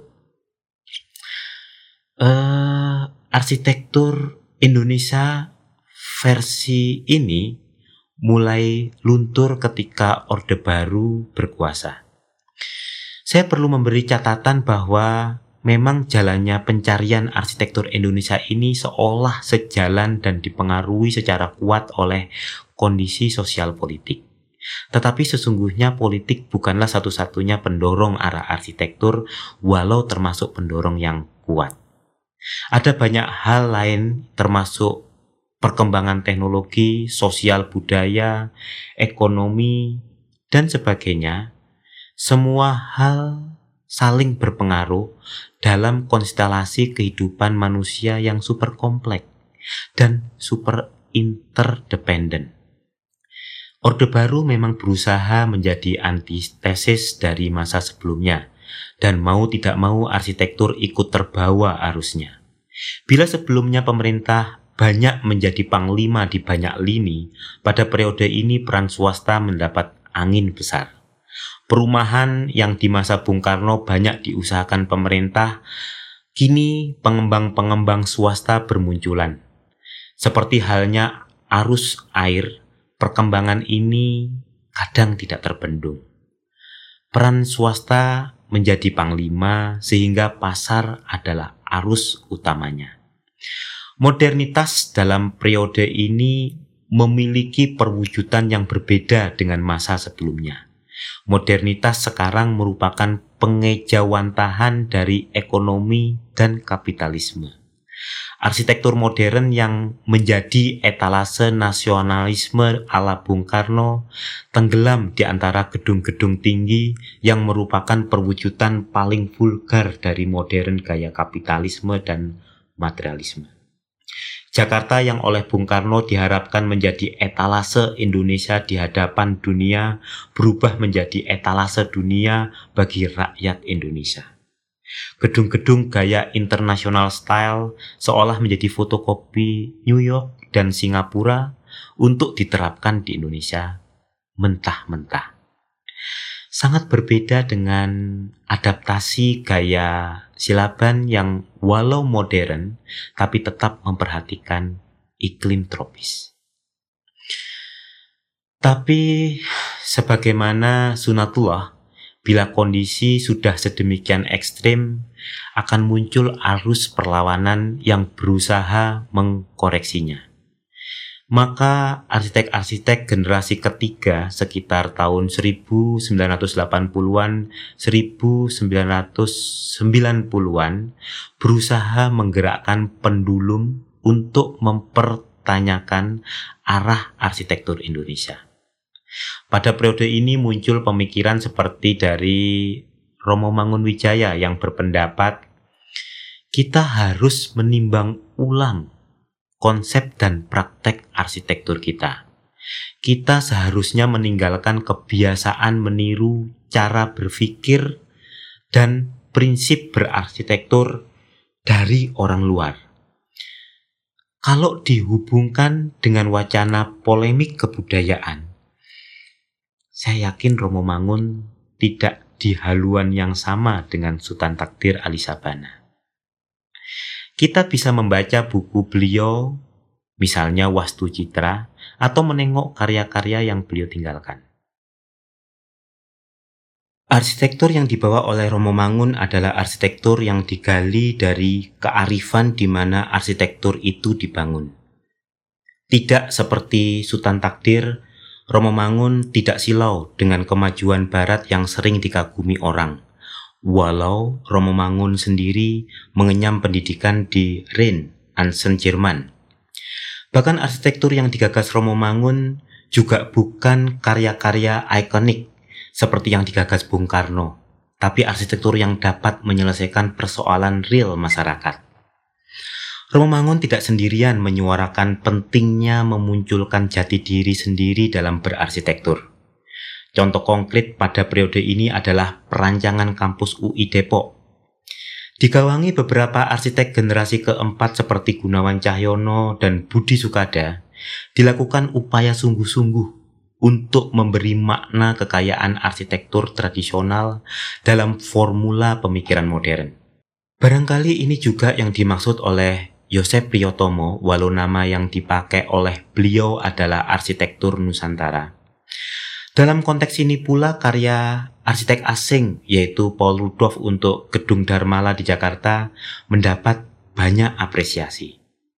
Arsitektur Indonesia versi ini mulai luntur ketika Orde Baru berkuasa. Saya perlu memberi catatan bahwa memang jalannya pencarian arsitektur Indonesia ini seolah sejalan dan dipengaruhi secara kuat oleh kondisi sosial politik. Tetapi sesungguhnya politik bukanlah satu-satunya pendorong arah arsitektur, walau termasuk pendorong yang kuat. Ada banyak hal lain termasuk perkembangan teknologi, sosial budaya, ekonomi, dan sebagainya. Semua hal saling berpengaruh dalam konstelasi kehidupan manusia yang super kompleks dan super interdependen. Orde Baru memang berusaha menjadi antitesis dari masa sebelumnya, dan mau tidak mau arsitektur ikut terbawa arusnya. Bila sebelumnya pemerintah banyak menjadi panglima di banyak lini, pada periode ini peran swasta mendapat angin besar. Perumahan yang di masa Bung Karno banyak diusahakan pemerintah, kini pengembang-pengembang swasta bermunculan. Seperti halnya arus air, perkembangan ini kadang tidak terbendung. Peran swasta menjadi panglima sehingga pasar adalah arus utamanya. Modernitas dalam periode ini memiliki perwujudan yang berbeda dengan masa sebelumnya. Modernitas sekarang merupakan pengejawantahan dari ekonomi dan kapitalisme. Arsitektur modern yang menjadi etalase nasionalisme ala Bung Karno tenggelam di antara gedung-gedung tinggi yang merupakan perwujudan paling vulgar dari modern gaya kapitalisme dan materialisme. Jakarta yang oleh Bung Karno diharapkan menjadi etalase Indonesia di hadapan dunia berubah menjadi etalase dunia bagi rakyat Indonesia. Gedung-gedung gaya international style seolah menjadi fotokopi New York dan Singapura untuk diterapkan di Indonesia mentah-mentah. Sangat berbeda dengan adaptasi gaya Silaban yang walau modern tapi tetap memperhatikan iklim tropis. Tapi sebagaimana sunatullah, bila kondisi sudah sedemikian ekstrim, akan muncul arus perlawanan yang berusaha mengkoreksinya. Maka arsitek-arsitek generasi ketiga sekitar tahun 1980-an, 1990-an berusaha menggerakkan pendulum untuk mempertanyakan arah arsitektur Indonesia. Pada periode ini muncul pemikiran seperti dari Romo Mangunwijaya yang berpendapat kita harus menimbang ulang konsep dan praktek arsitektur kita. Kita seharusnya meninggalkan kebiasaan meniru cara berpikir dan prinsip berarsitektur dari orang luar. Kalau dihubungkan dengan wacana polemik kebudayaan, saya yakin Romo Mangun tidak di haluan yang sama dengan Sultan Takdir Ali Sabana. Kita bisa membaca buku beliau, misalnya Wastu Citra, atau menengok karya-karya yang beliau tinggalkan. Arsitektur yang dibawa oleh Romo Mangun adalah arsitektur yang digali dari kearifan di mana arsitektur itu dibangun. Tidak seperti Sultan Takdir, Romo Mangun tidak silau dengan kemajuan barat yang sering dikagumi orang. Walau Romo Mangun sendiri mengenyam pendidikan di Rhein, Ansen, Jerman. Bahkan arsitektur yang digagas Romo Mangun juga bukan karya-karya ikonik seperti yang digagas Bung Karno, tapi arsitektur yang dapat menyelesaikan persoalan real masyarakat. Romo Mangun tidak sendirian menyuarakan pentingnya memunculkan jati diri sendiri dalam berarsitektur. Contoh konkret pada periode ini adalah perancangan kampus UI Depok. Digawangi beberapa arsitek generasi keempat seperti Gunawan Cahyono dan Budi Sukada, dilakukan upaya sungguh-sungguh untuk memberi makna kekayaan arsitektur tradisional dalam formula pemikiran modern. Barangkali ini juga yang dimaksud oleh Yosef Priyotomo, walau nama yang dipakai oleh beliau adalah arsitektur Nusantara. Dalam konteks ini pula karya arsitek asing yaitu Paul Rudolph untuk Gedung Dharmala di Jakarta mendapat banyak apresiasi.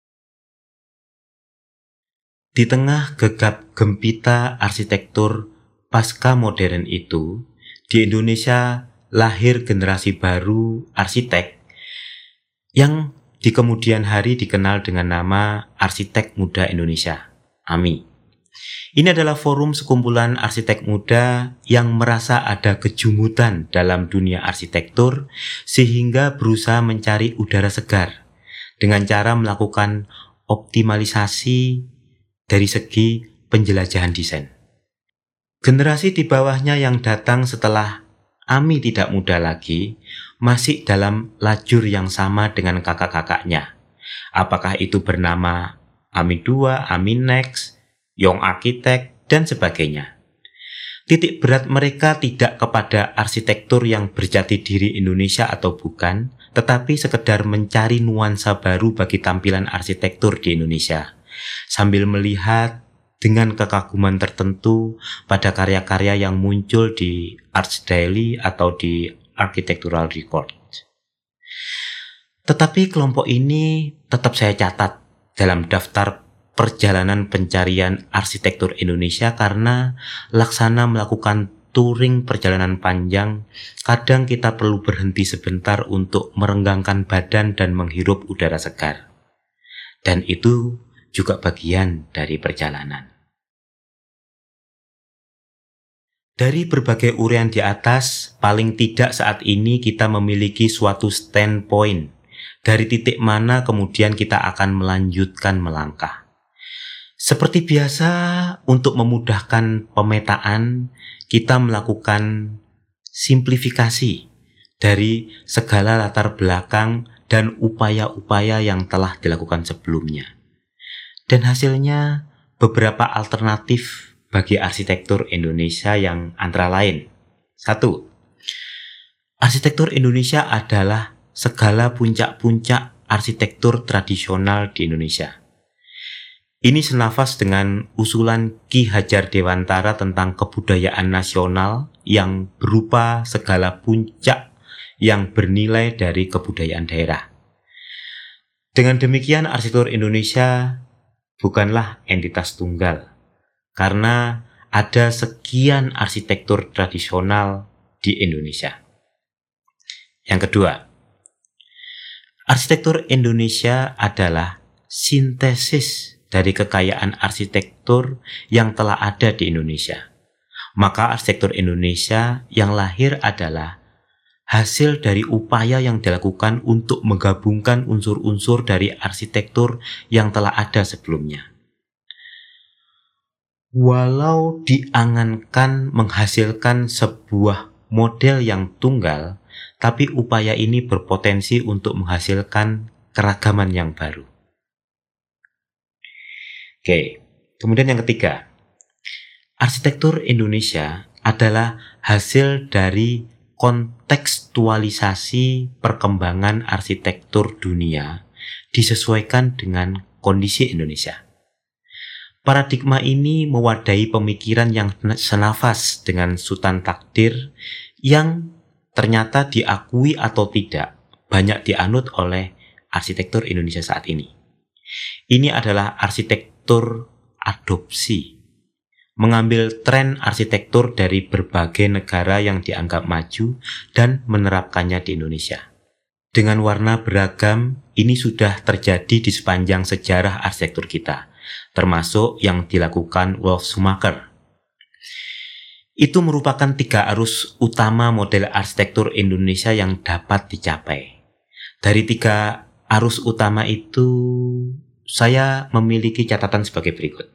Di tengah gegap gempita arsitektur pasca modern itu, di Indonesia lahir generasi baru arsitek yang di kemudian hari dikenal dengan nama Arsitek Muda Indonesia, AMI. Ini adalah forum sekumpulan arsitek muda yang merasa ada kejumutan dalam dunia arsitektur sehingga berusaha mencari udara segar dengan cara melakukan optimalisasi dari segi penjelajahan desain. Generasi di bawahnya yang datang setelah AMI tidak muda lagi masih dalam lajur yang sama dengan kakak-kakaknya. Apakah itu bernama AMI 2, AMI Next, Young Architect, dan sebagainya. Titik berat mereka tidak kepada arsitektur yang berjati diri Indonesia atau bukan, tetapi sekedar mencari nuansa baru bagi tampilan arsitektur di Indonesia, sambil melihat dengan kekaguman tertentu pada karya-karya yang muncul di Arts Daily atau di Architectural Record. Tetapi kelompok ini tetap saya catat dalam daftar perjalanan pencarian arsitektur Indonesia karena laksana melakukan touring perjalanan panjang, kadang kita perlu berhenti sebentar untuk merenggangkan badan dan menghirup udara segar. Dan itu juga bagian dari perjalanan. Dari berbagai uraian di atas, paling tidak saat ini kita memiliki suatu standpoint dari titik mana kemudian kita akan melanjutkan melangkah. Seperti biasa, untuk memudahkan pemetaan, kita melakukan simplifikasi dari segala latar belakang dan upaya-upaya yang telah dilakukan sebelumnya. Dan hasilnya beberapa alternatif bagi arsitektur Indonesia yang antara lain. 1. Arsitektur Indonesia adalah segala puncak-puncak arsitektur tradisional di Indonesia. Ini senafas dengan usulan Ki Hajar Dewantara tentang kebudayaan nasional yang berupa segala puncak yang bernilai dari kebudayaan daerah. Dengan demikian, arsitektur Indonesia bukanlah entitas tunggal, karena ada sekian arsitektur tradisional di Indonesia. Yang kedua, arsitektur Indonesia adalah sintesis dari kekayaan arsitektur yang telah ada di Indonesia. Maka arsitektur Indonesia yang lahir adalah hasil dari upaya yang dilakukan untuk menggabungkan unsur-unsur dari arsitektur yang telah ada sebelumnya. Walau diangankan menghasilkan sebuah model yang tunggal, tapi upaya ini berpotensi untuk menghasilkan keragaman yang baru. Oke, kemudian yang ketiga, arsitektur Indonesia adalah hasil dari kontekstualisasi perkembangan arsitektur dunia disesuaikan dengan kondisi Indonesia. Paradigma ini mewadahi pemikiran yang senafas dengan Sultan Takdir yang ternyata diakui atau tidak banyak dianut oleh arsitektur Indonesia saat ini. Ini adalah arsitektur adopsi, mengambil tren arsitektur dari berbagai negara yang dianggap maju dan menerapkannya di Indonesia. Dengan warna beragam, ini sudah terjadi di sepanjang sejarah arsitektur kita, termasuk yang dilakukan Wolf Schumacher. Itu merupakan 3 arus utama model arsitektur Indonesia yang dapat dicapai. Dari 3 arus utama itu, saya memiliki catatan sebagai berikut.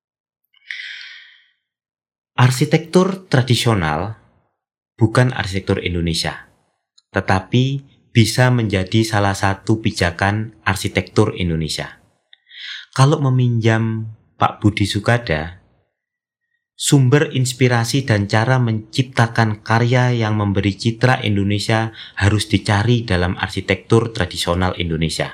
Arsitektur tradisional bukan arsitektur Indonesia, tetapi bisa menjadi salah satu pijakan arsitektur Indonesia. Kalau meminjam Pak Budi Sukada, sumber inspirasi dan cara menciptakan karya yang memberi citra Indonesia harus dicari dalam arsitektur tradisional Indonesia.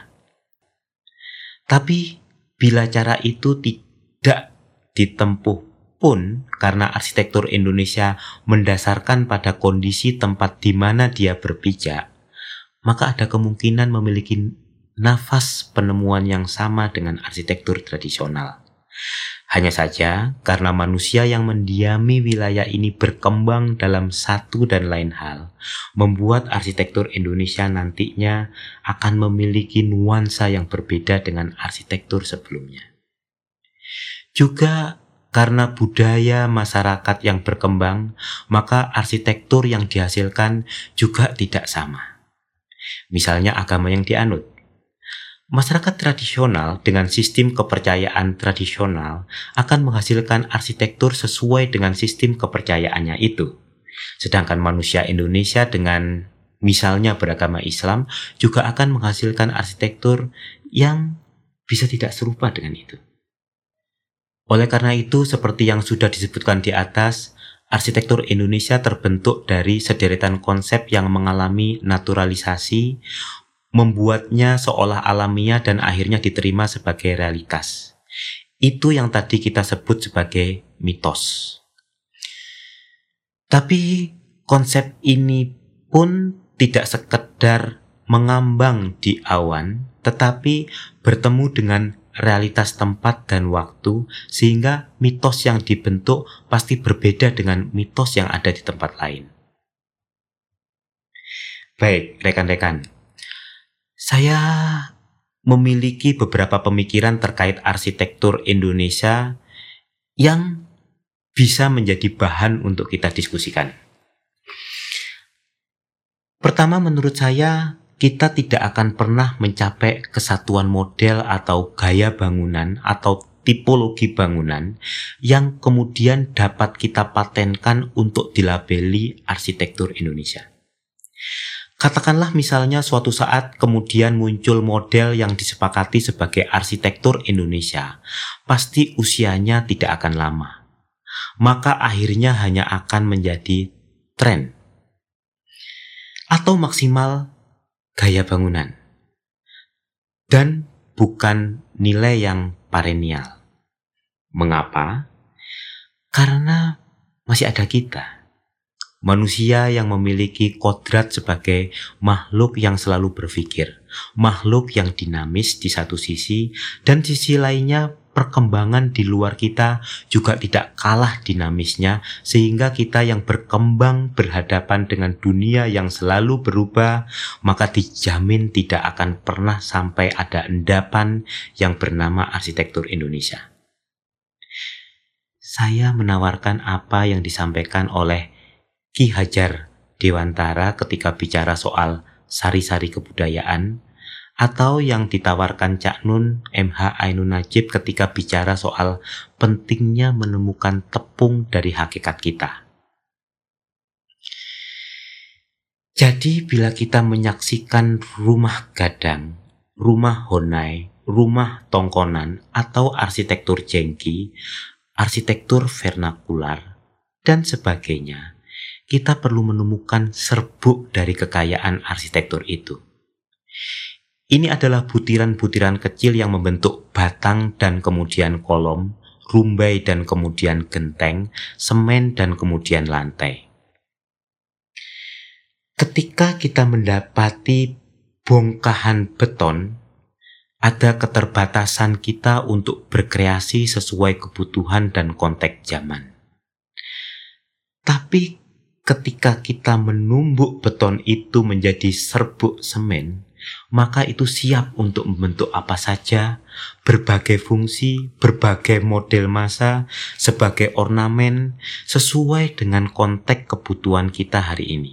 Tapi bila cara itu tidak ditempuh pun karena arsitektur Indonesia mendasarkan pada kondisi tempat di mana dia berpijak, maka ada kemungkinan memiliki nafas penemuan yang sama dengan arsitektur tradisional. Hanya saja karena manusia yang mendiami wilayah ini berkembang dalam satu dan lain hal, membuat arsitektur Indonesia nantinya akan memiliki nuansa yang berbeda dengan arsitektur sebelumnya. Juga karena budaya masyarakat yang berkembang, maka arsitektur yang dihasilkan juga tidak sama. Misalnya agama yang dianut. Masyarakat tradisional dengan sistem kepercayaan tradisional akan menghasilkan arsitektur sesuai dengan sistem kepercayaannya itu. Sedangkan manusia Indonesia dengan misalnya beragama Islam juga akan menghasilkan arsitektur yang bisa tidak serupa dengan itu. Oleh karena itu, seperti yang sudah disebutkan di atas, arsitektur Indonesia terbentuk dari sederetan konsep yang mengalami naturalisasi, membuatnya seolah alamiah dan akhirnya diterima sebagai realitas. Itu yang tadi kita sebut sebagai mitos. Tapi konsep ini pun tidak sekedar mengambang di awan, tetapi bertemu dengan realitas tempat dan waktu, sehingga mitos yang dibentuk pasti berbeda dengan mitos yang ada di tempat lain. Baik, rekan-rekan. Saya memiliki beberapa pemikiran terkait arsitektur Indonesia yang bisa menjadi bahan untuk kita diskusikan. Pertama, menurut saya, kita tidak akan pernah mencapai kesatuan model atau gaya bangunan atau tipologi bangunan yang kemudian dapat kita patenkan untuk dilabeli arsitektur Indonesia. Katakanlah misalnya suatu saat kemudian muncul model yang disepakati sebagai arsitektur Indonesia, pasti usianya tidak akan lama. Maka akhirnya hanya akan menjadi tren atau maksimal gaya bangunan dan bukan nilai yang perennial. Mengapa? Karena masih ada kita, manusia yang memiliki kodrat sebagai makhluk yang selalu berpikir, makhluk yang dinamis di satu sisi, dan sisi lainnya perkembangan di luar kita juga tidak kalah dinamisnya, sehingga kita yang berkembang berhadapan dengan dunia yang selalu berubah, maka dijamin tidak akan pernah sampai ada endapan yang bernama arsitektur Indonesia. Saya menawarkan apa yang disampaikan oleh Ki Hajar Dewantara ketika bicara soal sari-sari kebudayaan, atau yang ditawarkan Cak Nun M.H. Ainun Najib ketika bicara soal pentingnya menemukan tepung dari hakikat kita. Jadi bila kita menyaksikan rumah gadang, rumah honai, rumah tongkonan, atau arsitektur jengki, arsitektur vernakular, dan sebagainya, kita perlu menemukan serbuk dari kekayaan arsitektur itu. Ini adalah butiran-butiran kecil yang membentuk batang dan kemudian kolom, rumbai dan kemudian genteng, semen dan kemudian lantai. Ketika kita mendapati bongkahan beton, ada keterbatasan kita untuk berkreasi sesuai kebutuhan dan konteks zaman. Tapi ketika kita menumbuk beton itu menjadi serbuk semen, maka itu siap untuk membentuk apa saja, berbagai fungsi, berbagai model massa, sebagai ornamen, sesuai dengan konteks kebutuhan kita hari ini.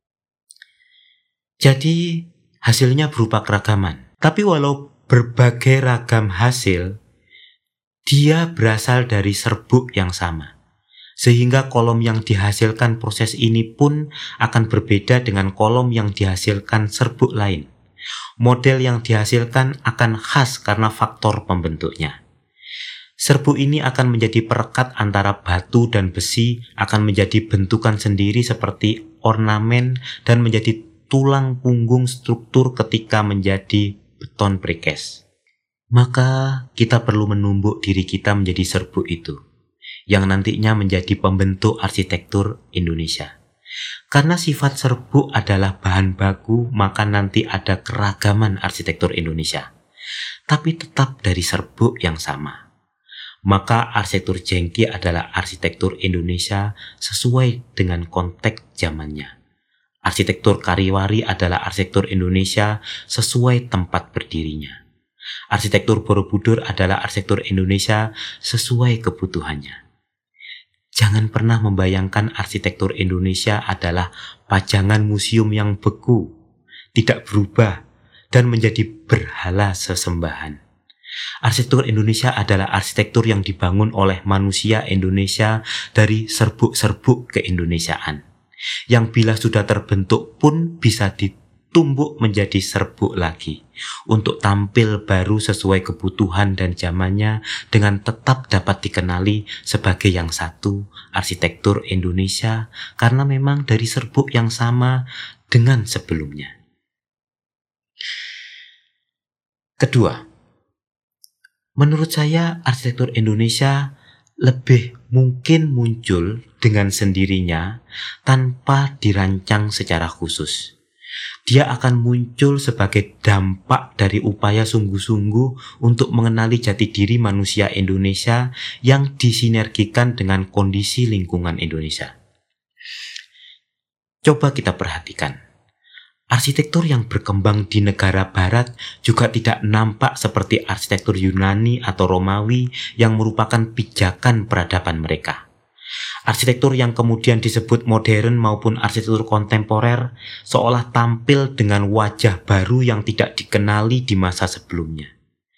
Jadi, hasilnya berupa keragaman. Tapi walau berbagai ragam hasil, dia berasal dari serbuk yang sama. Sehingga kolom yang dihasilkan proses ini pun akan berbeda dengan kolom yang dihasilkan serbuk lain. Model yang dihasilkan akan khas karena faktor pembentuknya. Serbuk ini akan menjadi perekat antara batu dan besi, akan menjadi bentukan sendiri seperti ornamen, dan menjadi tulang punggung struktur ketika menjadi beton precast. Maka kita perlu menumbuk diri kita menjadi serbuk itu, yang nantinya menjadi pembentuk arsitektur Indonesia. Karena sifat serbuk adalah bahan baku, maka nanti ada keragaman arsitektur Indonesia, tapi tetap dari serbuk yang sama. Maka arsitektur jengki adalah arsitektur Indonesia sesuai dengan konteks zamannya. Arsitektur Kariwari adalah arsitektur Indonesia sesuai tempat berdirinya. Arsitektur Borobudur adalah arsitektur Indonesia sesuai kebutuhannya. Jangan pernah membayangkan arsitektur Indonesia adalah pajangan museum yang beku, tidak berubah, dan menjadi berhala sesembahan. Arsitektur Indonesia adalah arsitektur yang dibangun oleh manusia Indonesia dari serbuk-serbuk keindonesiaan, yang bila sudah terbentuk pun bisa ditumbuk menjadi serbuk lagi, untuk tampil baru sesuai kebutuhan dan zamannya, dengan tetap dapat dikenali sebagai yang satu, arsitektur Indonesia, karena memang dari serbuk yang sama dengan sebelumnya. Kedua, Menurut saya, arsitektur Indonesia lebih mungkin muncul dengan sendirinya tanpa dirancang secara khusus. Dia akan muncul sebagai dampak dari upaya sungguh-sungguh untuk mengenali jati diri manusia Indonesia yang disinergikan dengan kondisi lingkungan Indonesia. Coba kita perhatikan. Arsitektur yang berkembang di negara barat juga tidak nampak seperti arsitektur Yunani atau Romawi yang merupakan pijakan peradaban mereka. Arsitektur yang kemudian disebut modern maupun arsitektur kontemporer seolah tampil dengan wajah baru yang tidak dikenali di masa sebelumnya.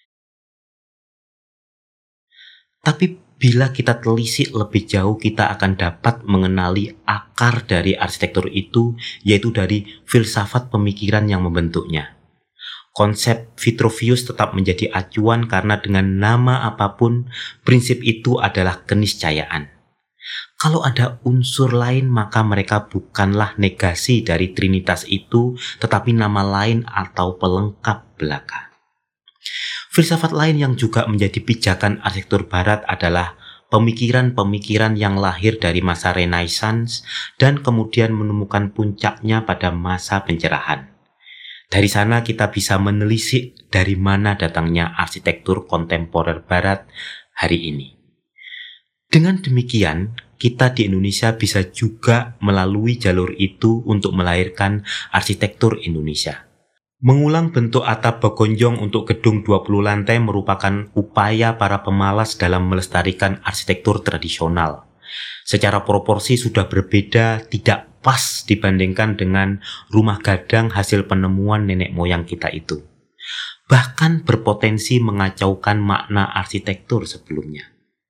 Tapi bila kita telisik lebih jauh, kita akan dapat mengenali akar dari arsitektur itu, yaitu dari filsafat pemikiran yang membentuknya. Konsep Vitruvius tetap menjadi acuan karena dengan nama apapun, prinsip itu adalah keniscayaan. Kalau ada unsur lain, maka mereka bukanlah negasi dari trinitas itu, tetapi nama lain atau pelengkap belaka. Filsafat lain yang juga menjadi pijakan arsitektur barat adalah pemikiran-pemikiran yang lahir dari masa Renaissance dan kemudian menemukan puncaknya pada masa pencerahan. Dari sana kita bisa menelisik dari mana datangnya arsitektur kontemporer barat hari ini. Dengan demikian, kita di Indonesia bisa juga melalui jalur itu untuk melahirkan arsitektur Indonesia. Mengulang bentuk atap begonjong untuk gedung 20 lantai merupakan upaya para pemalas dalam melestarikan arsitektur tradisional. Secara proporsi sudah berbeda, tidak pas dibandingkan dengan rumah gadang hasil penemuan nenek moyang kita itu. Bahkan berpotensi mengacaukan makna arsitektur sebelumnya.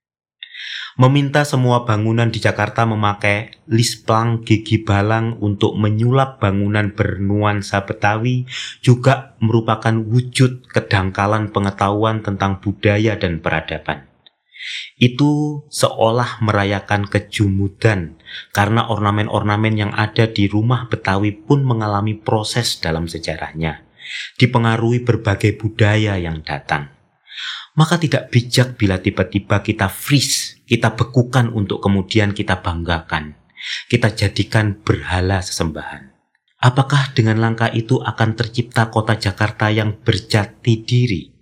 Meminta semua bangunan di Jakarta memakai lisplang gigi balang untuk menyulap bangunan bernuansa Betawi juga merupakan wujud kedangkalan pengetahuan tentang budaya dan peradaban. Itu seolah merayakan kejumudan karena ornamen-ornamen yang ada di rumah Betawi pun mengalami proses dalam sejarahnya, dipengaruhi berbagai budaya yang datang. Maka tidak bijak bila tiba-tiba kita freeze, kita bekukan untuk kemudian kita banggakan, kita jadikan berhala sesembahan. Apakah dengan langkah itu akan tercipta kota Jakarta yang berjati diri?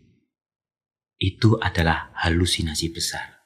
Itu adalah halusinasi besar.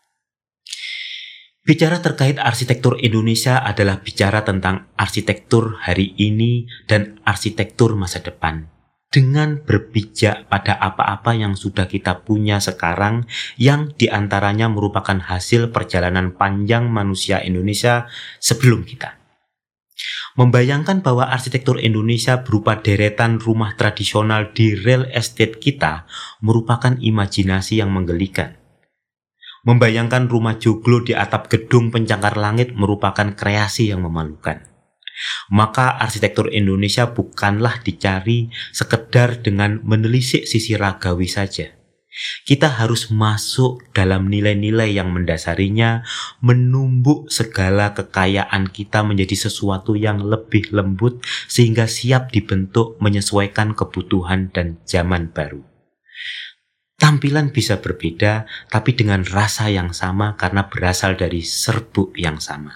Bicara terkait arsitektur Indonesia adalah bicara tentang arsitektur hari ini dan arsitektur masa depan. Dengan berpijak pada apa-apa yang sudah kita punya sekarang, yang diantaranya merupakan hasil perjalanan panjang manusia Indonesia sebelum kita. Membayangkan bahwa arsitektur Indonesia berupa deretan rumah tradisional di real estate kita merupakan imajinasi yang menggelikan. Membayangkan rumah joglo di atap gedung pencakar langit merupakan kreasi yang memalukan. Maka arsitektur Indonesia bukanlah dicari sekedar dengan menelisik sisi ragawi saja. Kita harus masuk dalam nilai-nilai yang mendasarinya, menumbuk segala kekayaan kita menjadi sesuatu yang lebih lembut sehingga siap dibentuk menyesuaikan kebutuhan dan zaman baru. Tampilan bisa berbeda, tapi dengan rasa yang sama karena berasal dari serbuk yang sama.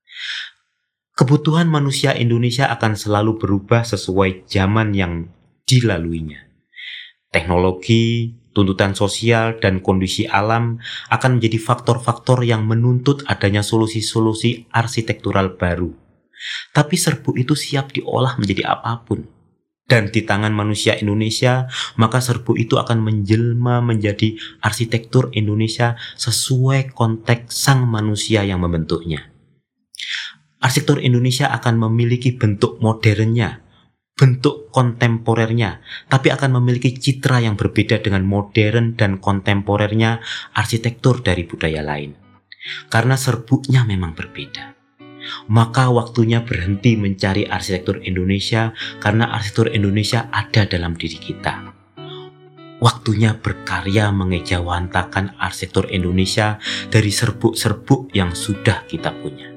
Kebutuhan manusia Indonesia akan selalu berubah sesuai zaman yang dilaluinya. Teknologi, tuntutan sosial, dan kondisi alam akan menjadi faktor-faktor yang menuntut adanya solusi-solusi arsitektural baru. Tapi serbuk itu siap diolah menjadi apapun. Dan di tangan manusia Indonesia, maka serbuk itu akan menjelma menjadi arsitektur Indonesia sesuai konteks sang manusia yang membentuknya. Arsitektur Indonesia akan memiliki bentuk modernnya, bentuk kontemporernya, tapi akan memiliki citra yang berbeda dengan modern dan kontemporernya arsitektur dari budaya lain. Karena serbuknya memang berbeda. Maka waktunya berhenti mencari arsitektur Indonesia karena arsitektur Indonesia ada dalam diri kita. Waktunya berkarya mengejawantakan arsitektur Indonesia dari serbuk-serbuk yang sudah kita punya.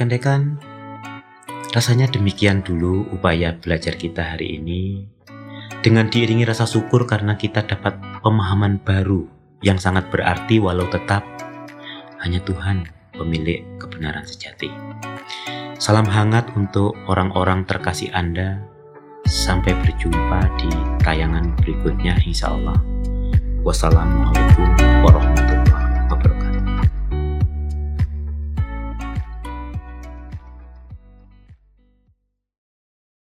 Rekan-rekan, rasanya demikian dulu upaya belajar kita hari ini. dengan diiringi rasa syukur karena kita dapat pemahaman baru yang sangat berarti walau tetap hanya Tuhan pemilik kebenaran sejati. Salam hangat untuk orang-orang terkasih Anda. Sampai berjumpa di tayangan berikutnya insya Allah. Wassalamualaikum